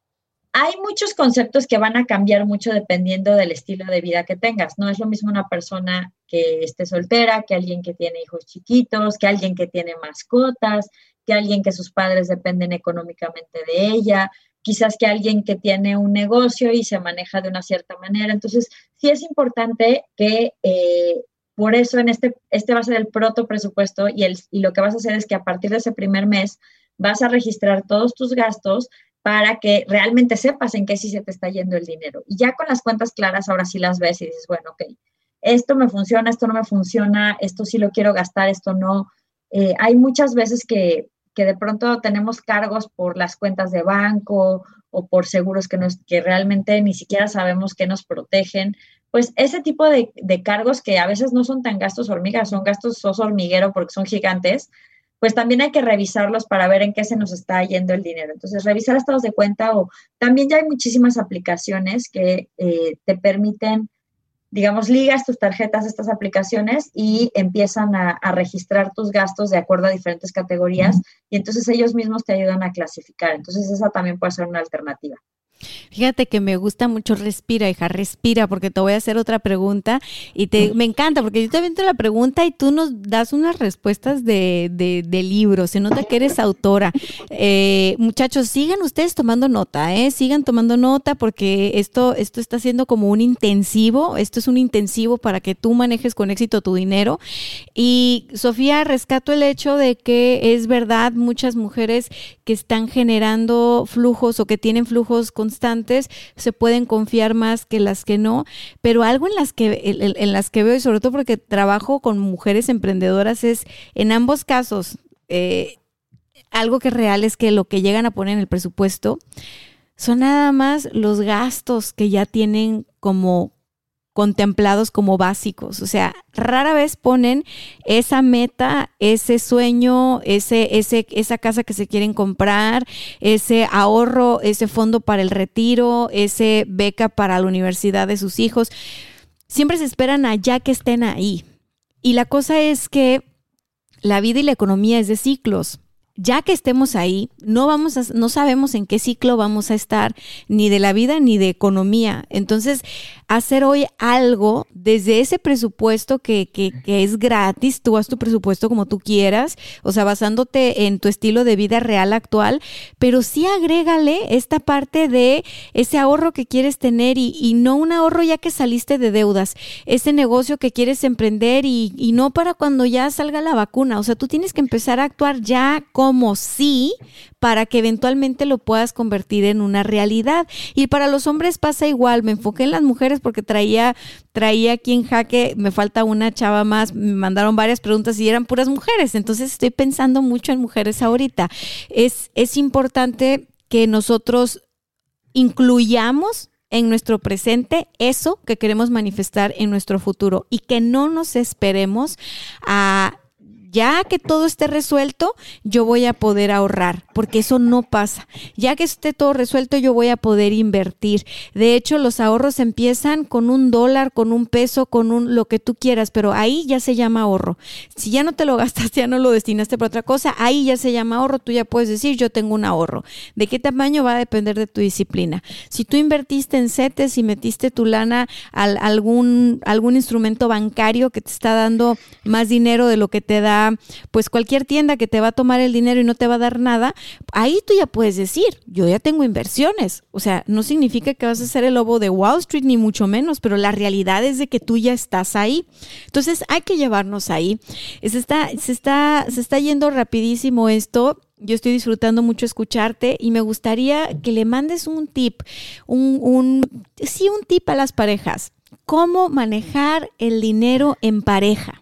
Hay muchos conceptos que van a cambiar mucho dependiendo del estilo de vida que tengas. No es lo mismo una persona que esté soltera, que alguien que tiene hijos chiquitos, que alguien que tiene mascotas, que alguien que sus padres dependen económicamente de ella, quizás que alguien que tiene un negocio y se maneja de una cierta manera. Entonces, sí es importante que eh, por eso en este, este va a ser el proto presupuesto y, el, y lo que vas a hacer es que a partir de ese primer mes vas a registrar todos tus gastos para que realmente sepas en qué sí se te está yendo el dinero. Y ya con las cuentas claras, ahora sí las ves y dices, bueno, ok, esto me funciona, esto no me funciona, esto sí lo quiero gastar, esto no. Eh, hay muchas veces que, que de pronto tenemos cargos por las cuentas de banco o por seguros que, nos, que realmente ni siquiera sabemos que nos protegen. Pues ese tipo de, de cargos que a veces no son tan gastos hormiga, son gastos oso hormiguero porque son gigantes, pues también hay que revisarlos para ver en qué se nos está yendo el dinero. Entonces, revisar estados de cuenta o también ya hay muchísimas aplicaciones que eh, te permiten digamos, ligas tus tarjetas a estas aplicaciones y empiezan a, a registrar tus gastos de acuerdo a diferentes categorías y entonces ellos mismos te ayudan a clasificar. Entonces esa también puede ser una alternativa. Fíjate que me gusta mucho respira, hija, respira, porque te voy a hacer otra pregunta y te, me encanta, porque yo te aviento la pregunta y tú nos das unas respuestas de, de, de libros, se nota que eres autora. Eh, muchachos, sigan ustedes tomando nota, ¿eh? Sigan tomando nota porque esto, esto está siendo como un intensivo, esto es un intensivo para que tú manejes con éxito tu dinero. Y Sofía, rescato el hecho de que es verdad, muchas mujeres que están generando flujos o que tienen flujos constantes se pueden confiar más que las que no, pero algo en las que en, en las que veo, y sobre todo porque trabajo con mujeres emprendedoras, es en ambos casos eh, algo que es real es que lo que llegan a poner en el presupuesto son nada más los gastos que ya tienen como contemplados como básicos. O sea, rara vez ponen esa meta, ese sueño, ese, ese, esa casa que se quieren comprar, ese ahorro, ese fondo para el retiro, ese beca para la universidad de sus hijos. Siempre se esperan a ya que estén ahí. Y la cosa es que la vida y la economía es de ciclos. Ya que estemos ahí, no vamos a, no sabemos en qué ciclo vamos a estar, ni de la vida ni de economía. Entonces, hacer hoy algo desde ese presupuesto que, que, que es gratis, tú haz tu presupuesto como tú quieras, o sea, basándote en tu estilo de vida real actual, pero sí agrégale esta parte de ese ahorro que quieres tener y, y no un ahorro ya que saliste de deudas, ese negocio que quieres emprender y, y no para cuando ya salga la vacuna. O sea, tú tienes que empezar a actuar ya con como sí, para que eventualmente lo puedas convertir en una realidad. Y para los hombres pasa igual. Me enfoqué en las mujeres porque traía, traía aquí en jaque, me falta una chava más, me mandaron varias preguntas y eran puras mujeres. Entonces estoy pensando mucho en mujeres ahorita. Es, es importante que nosotros incluyamos en nuestro presente eso que queremos manifestar en nuestro futuro y que no nos esperemos a ya que todo esté resuelto, yo voy a poder ahorrar, porque eso no pasa. Ya que esté todo resuelto, yo voy a poder invertir. De hecho, los ahorros empiezan con un dólar, con un peso, con un lo que tú quieras, pero ahí ya se llama ahorro. Si ya no te lo gastaste, ya no lo destinaste para otra cosa, ahí ya se llama ahorro. Tú ya puedes decir, yo tengo un ahorro. ¿De qué tamaño? Va a depender de tu disciplina. Si tú invertiste en CETES y metiste tu lana a algún, algún instrumento bancario que te está dando más dinero de lo que te da pues cualquier tienda que te va a tomar el dinero y no te va a dar nada, ahí tú ya puedes decir, yo ya tengo inversiones. O sea, no significa que vas a ser el lobo de Wall Street, ni mucho menos, pero la realidad es de que tú ya estás ahí. Entonces hay que llevarnos ahí. Se está, se está, se está yendo rapidísimo esto. Yo estoy disfrutando mucho escucharte y me gustaría que le mandes un tip, un, un, sí, un tip a las parejas. ¿Cómo manejar el dinero en pareja?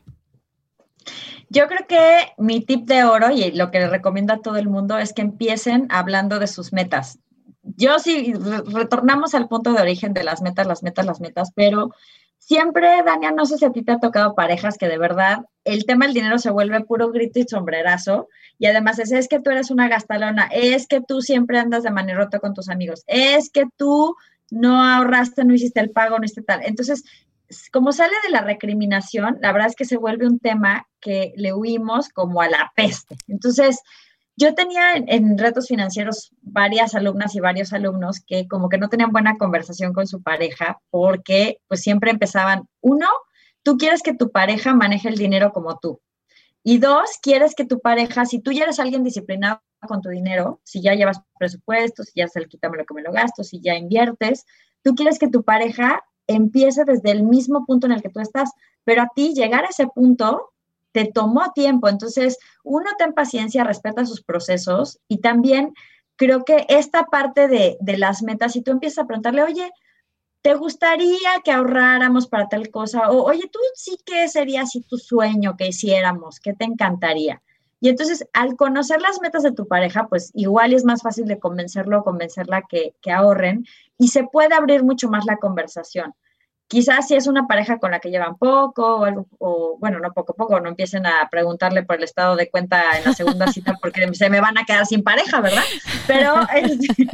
Yo creo que mi tip de oro y lo que le recomiendo a todo el mundo es que empiecen hablando de sus metas. Yo sí, re- retornamos al punto de origen de las metas, las metas, las metas, pero siempre, Dania, no sé si a ti te ha tocado parejas que de verdad el tema del dinero se vuelve puro grito y sombrerazo y además es, es que tú eres una gastalona, es que tú siempre andas de manirroto con tus amigos, es que tú no ahorraste, no hiciste el pago, no hiciste tal. Entonces, como sale de la recriminación, la verdad es que se vuelve un tema que le huimos como a la peste. Entonces, yo tenía en, en retos financieros varias alumnas y varios alumnos que como que no tenían buena conversación con su pareja porque pues siempre empezaban, uno, tú quieres que tu pareja maneje el dinero como tú. Y dos, quieres que tu pareja, si tú ya eres alguien disciplinado con tu dinero, si ya llevas presupuestos, si ya se le quítame lo que me lo gasto, si ya inviertes, tú quieres que tu pareja empiece desde el mismo punto en el que tú estás, pero a ti llegar a ese punto te tomó tiempo. Entonces, uno, ten paciencia, respeta sus procesos y también creo que esta parte de, de las metas, si tú empiezas a preguntarle, oye, ¿te gustaría que ahorráramos para tal cosa? O, oye, ¿tú sí qué sería si tu sueño que hiciéramos? ¿Qué te encantaría? Y entonces, al conocer las metas de tu pareja, pues igual es más fácil de convencerlo o convencerla que, que ahorren y se puede abrir mucho más la conversación. quizás si es una pareja con la que llevan poco o algo, o bueno, no poco poco, no empiecen a preguntarle por el estado de cuenta en la segunda cita porque se me van a quedar sin pareja, ¿verdad? Pero, este,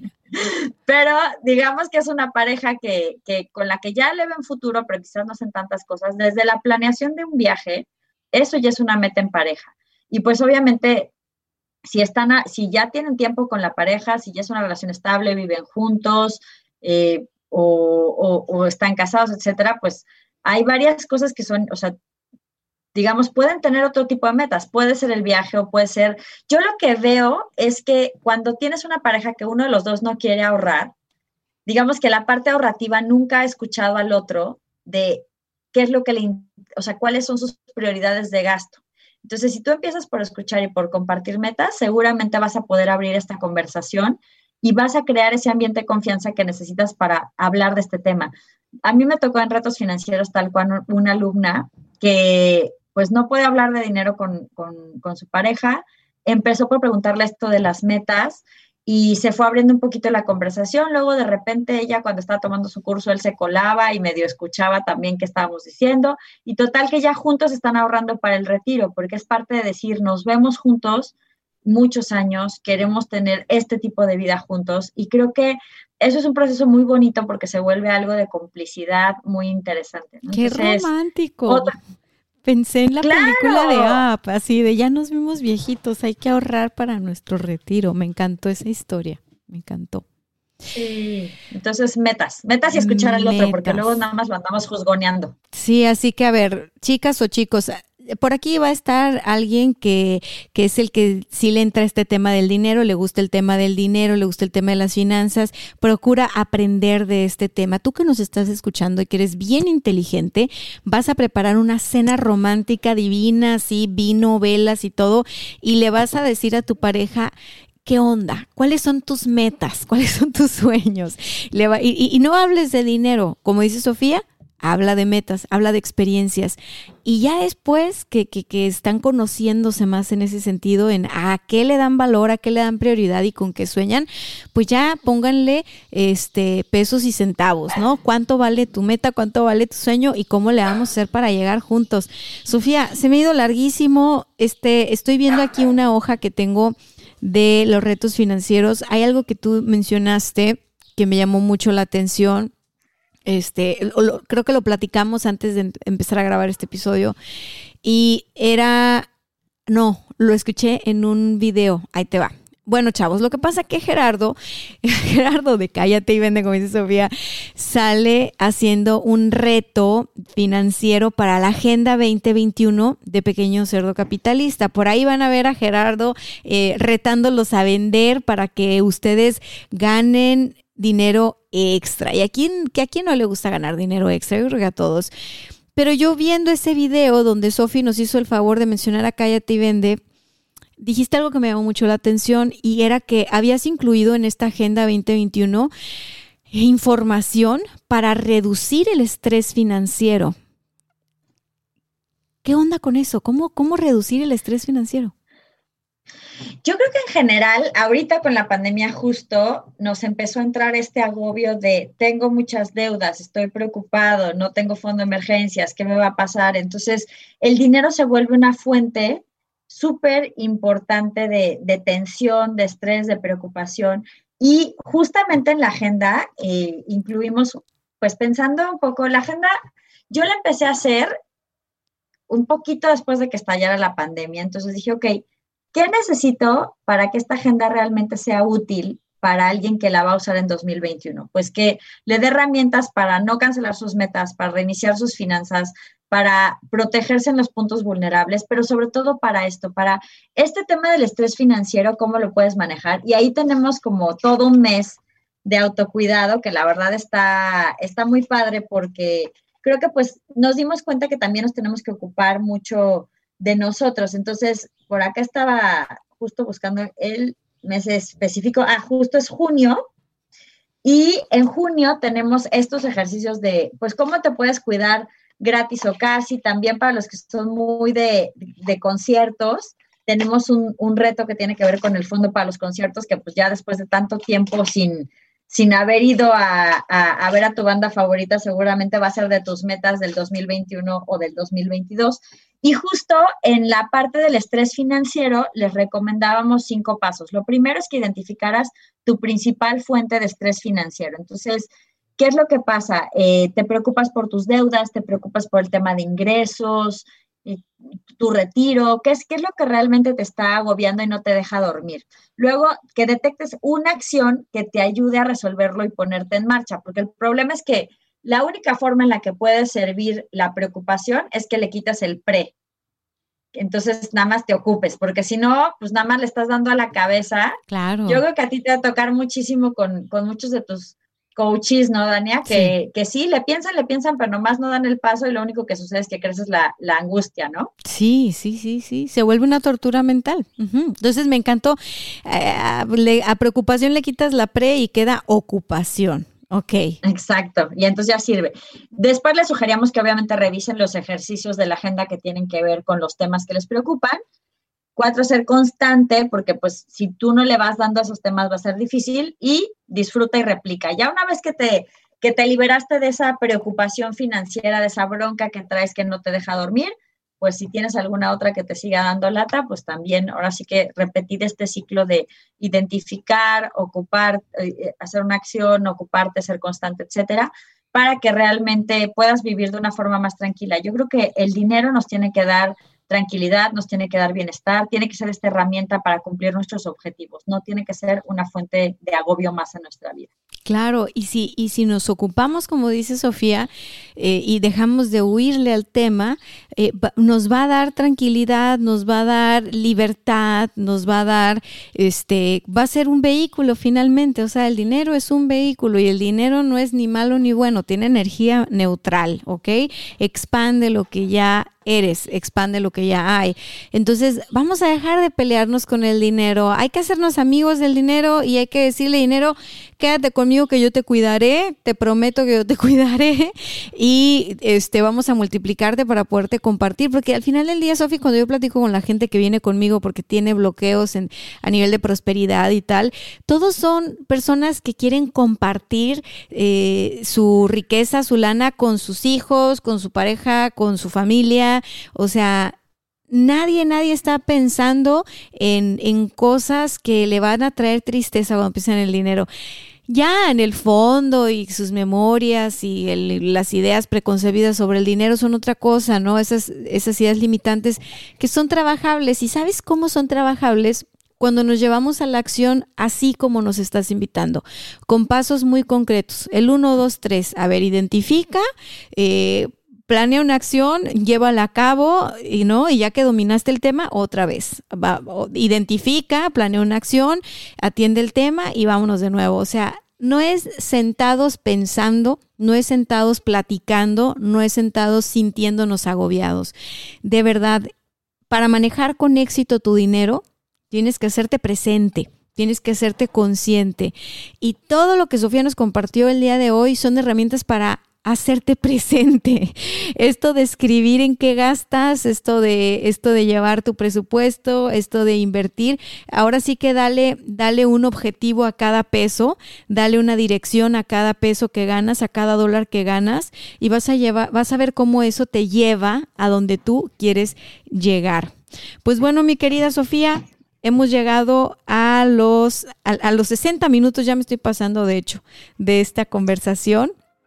pero digamos que es una pareja que, que con la que ya le ven futuro, pero quizás no hacen tantas cosas. Desde la planeación de un viaje, eso ya es una meta en pareja. Y pues obviamente, si están, a, si ya tienen tiempo con la pareja, si ya es una relación estable, viven juntos, eh, O, o, o están casados, etcétera, pues hay varias cosas que son, o sea, digamos, pueden tener otro tipo de metas, puede ser el viaje o puede ser, yo lo que veo es que cuando tienes una pareja que uno de los dos no quiere ahorrar, digamos que la parte ahorrativa nunca ha escuchado al otro de qué es lo que le, o sea, cuáles son sus prioridades de gasto. Entonces, si tú empiezas por escuchar y por compartir metas, seguramente vas a poder abrir esta conversación y vas a crear ese ambiente de confianza que necesitas para hablar de este tema. A mí me tocó en Retos Financieros tal cual una alumna que pues no puede hablar de dinero con, con, con su pareja, empezó por preguntarle esto de las metas y se fue abriendo un poquito la conversación, luego de repente ella cuando estaba tomando su curso, él se colaba y medio escuchaba también qué estábamos diciendo, y total que ya juntos están ahorrando para el retiro, porque es parte de decir, nos vemos juntos muchos años, queremos tener este tipo de vida juntos y creo que eso es un proceso muy bonito porque se vuelve algo de complicidad muy interesante, ¿no? ¡Qué Entonces, romántico! Otra... Pensé en la ¡Claro! película de Up, así de ya nos vimos viejitos, hay que ahorrar para nuestro retiro. Me encantó esa historia, me encantó. Sí, entonces metas, metas y escuchar al otro, porque luego nada más lo andamos juzgoneando. Sí, así que a ver, chicas o chicos, por aquí va a estar alguien que, que es el que sí le entra este tema del dinero, le gusta el tema del dinero, le gusta el tema de las finanzas, procura aprender de este tema. Tú que nos estás escuchando y que eres bien inteligente, vas a preparar una cena romántica divina, así, vino, velas y todo, y le vas a decir a tu pareja, ¿qué onda? ¿Cuáles son tus metas? ¿Cuáles son tus sueños? Le va, y, y, y no hables de dinero, como dice Sofía, habla de metas, habla de experiencias. Y ya después que, que, que están conociéndose más en ese sentido, en a qué le dan valor, a qué le dan prioridad y con qué sueñan, pues ya pónganle este pesos y centavos, ¿no? ¿Cuánto vale tu meta? ¿Cuánto vale tu sueño? ¿Y cómo le vamos a hacer para llegar juntos? Sofía, se me ha ido larguísimo. Este, estoy viendo aquí una hoja que tengo de los retos financieros. Hay algo que tú mencionaste que me llamó mucho la atención. Este, lo, creo que lo platicamos antes de empezar a grabar este episodio y era, no, lo escuché en un video, ahí te va. Bueno, chavos, lo que pasa que Gerardo, Gerardo de Cállate y Vende, como dice Sofía, sale haciendo un reto financiero para la Agenda veinte veintiuno de Pequeño Cerdo Capitalista. Por ahí van a ver a Gerardo eh, retándolos a vender para que ustedes ganen dinero extra. ¿Y a quién, que a quién no le gusta ganar dinero extra? Yo creo que a todos. Pero yo viendo ese video donde Sofi nos hizo el favor de mencionar a Cállate y Vende, dijiste algo que me llamó mucho la atención y era que habías incluido en esta Agenda veinte veintiuno información para reducir el estrés financiero. ¿Qué onda con eso? ¿Cómo, cómo reducir el estrés financiero? Yo creo que en general, ahorita con la pandemia justo nos empezó a entrar este agobio de tengo muchas deudas, estoy preocupado, no tengo fondo de emergencias, ¿qué me va a pasar? Entonces, el dinero se vuelve una fuente súper importante de, de tensión, de estrés, de preocupación. Y justamente en la agenda eh, incluimos, pues pensando un poco, la agenda, yo la empecé a hacer un poquito después de que estallara la pandemia. Entonces dije, ok, ¿qué necesito para que esta agenda realmente sea útil para alguien que la va a usar en dos mil veintiuno? Pues que le dé herramientas para no cancelar sus metas, para reiniciar sus finanzas, para protegerse en los puntos vulnerables, pero sobre todo para esto, para este tema del estrés financiero, cómo lo puedes manejar. Y ahí tenemos como todo un mes de autocuidado que la verdad está, está muy padre porque creo que pues nos dimos cuenta que también nos tenemos que ocupar mucho de nosotros. Entonces, por acá estaba justo buscando el mes específico. Ah, justo es junio. Y en junio tenemos estos ejercicios de, pues, cómo te puedes cuidar gratis o casi. También para los que son muy de, de conciertos, tenemos un, un reto que tiene que ver con el fondo para los conciertos, que pues ya después de tanto tiempo sin, sin haber ido a, a, a ver a tu banda favorita, seguramente va a ser de tus metas del dos mil veintiuno o del dos mil veintidós. Y justo en la parte del estrés financiero les recomendábamos cinco pasos. Lo primero es que identificaras tu principal fuente de estrés financiero. Entonces, ¿qué es lo que pasa? Eh, te preocupas por tus deudas, te preocupas por el tema de ingresos, eh, tu retiro, ¿qué es, qué es lo que realmente te está agobiando y no te deja dormir? Luego, que detectes una acción que te ayude a resolverlo y ponerte en marcha, porque el problema es que la única forma en la que puede servir la preocupación es que le quitas el pre. Entonces, nada más te ocupes, porque si no, pues nada más le estás dando a la cabeza. Claro. Yo creo que a ti te va a tocar muchísimo con, con muchos de tus coaches, ¿no, Dania? Que sí. que sí, le piensan, le piensan, pero nomás no dan el paso y lo único que sucede es que creces la, la angustia, ¿no? Sí, sí, sí, sí, se vuelve una tortura mental. Uh-huh. Entonces me encantó, eh, a, le, a preocupación le quitas la pre y queda ocupación. Ok. Exacto, y entonces ya sirve. Después les sugeríamos que obviamente revisen los ejercicios de la agenda que tienen que ver con los temas que les preocupan. Cuatro, ser constante, porque pues si tú no le vas dando a esos temas va a ser difícil. Y disfruta y replica. Ya una vez que te, que te liberaste de esa preocupación financiera, de esa bronca que traes que no te deja dormir, pues si tienes alguna otra que te siga dando lata, pues también ahora sí que repetir este ciclo de identificar, ocupar, eh, hacer una acción, ocuparte, ser constante, etcétera, para que realmente puedas vivir de una forma más tranquila. Yo creo que el dinero nos tiene que dar tranquilidad, nos tiene que dar bienestar, tiene que ser esta herramienta para cumplir nuestros objetivos, no tiene que ser una fuente de agobio más en nuestra vida. Claro, y si, y si nos ocupamos, como dice Sofía, eh, y dejamos de huirle al tema, eh, va, nos va a dar tranquilidad, nos va a dar libertad, nos va a dar, este, va a ser un vehículo finalmente. O sea, el dinero es un vehículo y el dinero no es ni malo ni bueno, tiene energía neutral, ¿ok? Expande lo que ya eres, expande lo que ya hay. Entonces, vamos a dejar de pelearnos con el dinero. Hay que hacernos amigos del dinero y hay que decirle, dinero, quédate conmigo que yo te cuidaré, te prometo que yo te cuidaré y este vamos a multiplicarte para poderte compartir, porque al final del día, Sofi, cuando yo platico con la gente que viene conmigo porque tiene bloqueos en, a nivel de prosperidad y tal, todos son personas que quieren compartir eh, su riqueza, su lana con sus hijos, con su pareja, con su familia. O sea, nadie, nadie está pensando en, en cosas que le van a traer tristeza cuando piensan en el dinero. Ya en el fondo y sus memorias y el, las ideas preconcebidas sobre el dinero son otra cosa, ¿no? Esas, esas ideas limitantes que son trabajables. ¿Y sabes cómo son trabajables? Cuando nos llevamos a la acción así como nos estás invitando, con pasos muy concretos. El uno, dos, tres. A ver, identifica, eh, planea una acción, llévala a cabo y no, y ya que dominaste el tema, otra vez. Va, identifica, planea una acción, atiende el tema y vámonos de nuevo. O sea, no es sentados pensando, no es sentados platicando, no es sentados sintiéndonos agobiados. De verdad, para manejar con éxito tu dinero, tienes que hacerte presente. Tienes que hacerte consciente. Y todo lo que Sofía nos compartió el día de hoy son herramientas para hacerte presente. Esto de escribir en qué gastas, esto de, esto de llevar tu presupuesto, esto de invertir. Ahora sí que dale, dale un objetivo a cada peso, dale una dirección a cada peso que ganas, a cada dólar que ganas, y vas a llevar, vas a ver cómo eso te lleva a donde tú quieres llegar. Pues bueno, mi querida Sofía, hemos llegado a los, a, a los sesenta minutos, ya me estoy pasando de hecho, de esta conversación.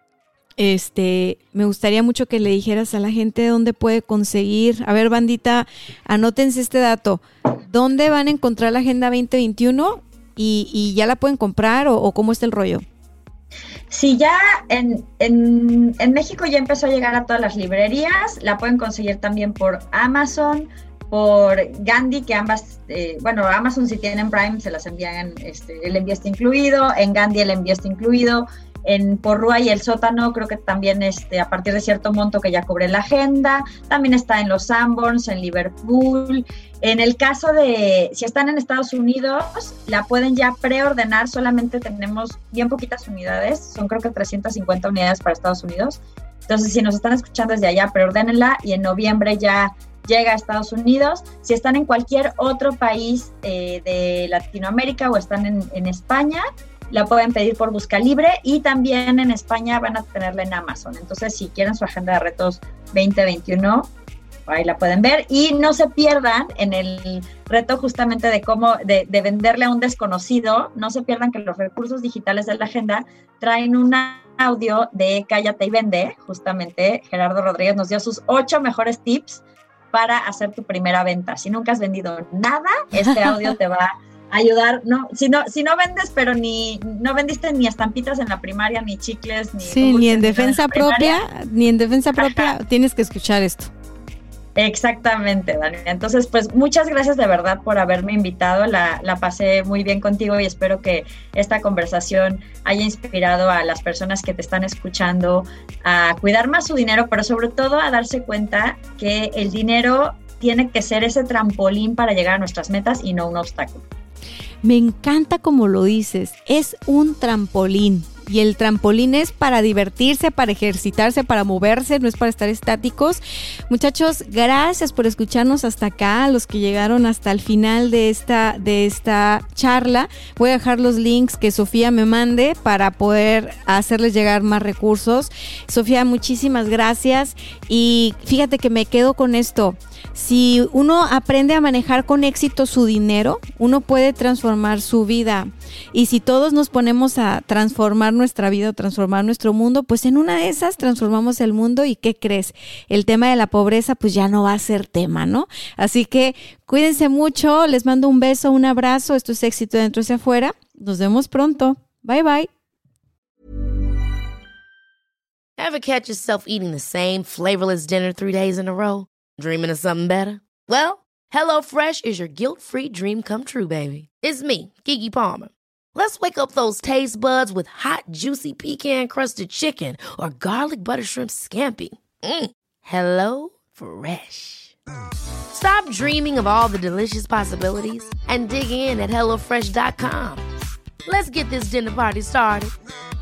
Este, me gustaría mucho que le dijeras a la gente dónde puede conseguir. A ver, bandita, anótense este dato. ¿Dónde van a encontrar la Agenda veinte veintiuno? ¿Y, y ya la pueden comprar o, o cómo está el rollo? Sí, ya en, en, en México ya empezó a llegar a todas las librerías. La pueden conseguir también por Amazon, por Gandhi, que ambas, eh, bueno, Amazon si tienen Prime se las envían, este, el envío está incluido, en Gandhi el envío está incluido, en Porrúa y el Sótano creo que también este, a partir de cierto monto que ya cubre la agenda, también está en los Sanborns, en Liverpool. En el caso de, si están en Estados Unidos, la pueden ya preordenar, solamente tenemos bien poquitas unidades, son creo que trescientas cincuenta unidades para Estados Unidos, entonces si nos están escuchando desde allá, preordénenla y en noviembre ya llega a Estados Unidos. Si están en cualquier otro país eh, de Latinoamérica o están en, en España, la pueden pedir por Busca Libre y también en España van a tenerla en Amazon. Entonces, si quieren su agenda de retos veinte veintiuno, ahí la pueden ver. Y no se pierdan en el reto justamente de cómo, de, de venderle a un desconocido, no se pierdan que los recursos digitales de la agenda traen un audio de Cállate y Vende. Justamente Gerardo Rodríguez nos dio sus ocho mejores tips para hacer tu primera venta. Si nunca has vendido nada, este audio te va a ayudar, no, si no, si no vendes, pero ni, no vendiste ni estampitas en la primaria, ni chicles, ni... Sí, ni en defensa propia, ni en defensa propia, Ajá. Tienes que escuchar esto. Exactamente, Dani. Entonces, pues muchas gracias de verdad por haberme invitado. La, la pasé muy bien contigo y espero que esta conversación haya inspirado a las personas que te están escuchando a cuidar más su dinero, pero sobre todo a darse cuenta que el dinero tiene que ser ese trampolín para llegar a nuestras metas y no un obstáculo. Me encanta como lo dices, es un trampolín. Y el trampolín es para divertirse, para ejercitarse, para moverse, no es para estar estáticos. Muchachos, gracias por escucharnos hasta acá, los que llegaron hasta el final de esta, de esta charla. Voy a dejar los links que Sofía me mande para poder hacerles llegar más recursos. Sofía, muchísimas gracias. Y fíjate que me quedo con esto. Si uno aprende a manejar con éxito su dinero, uno puede transformar su vida. Y si todos nos ponemos a transformar nuestra vida, transformar nuestro mundo, pues en una de esas transformamos el mundo. ¿Y qué crees? El tema de la pobreza pues ya no va a ser tema, ¿no? Así que cuídense mucho, les mando un beso, un abrazo. Esto es Éxito de Dentro hacia Afuera. Nos vemos pronto. Bye, bye. Ever catch yourself eating the same flavorless dinner three days in a row? Dreaming of something better? Well, HelloFresh is your guilt-free dream come true, baby. It's me, Keke Palmer. Let's wake up those taste buds with hot, juicy pecan-crusted chicken or garlic butter shrimp scampi. Mm. Hello Fresh. Stop dreaming of all the delicious possibilities and dig in at hello fresh dot com. Let's get this dinner party started.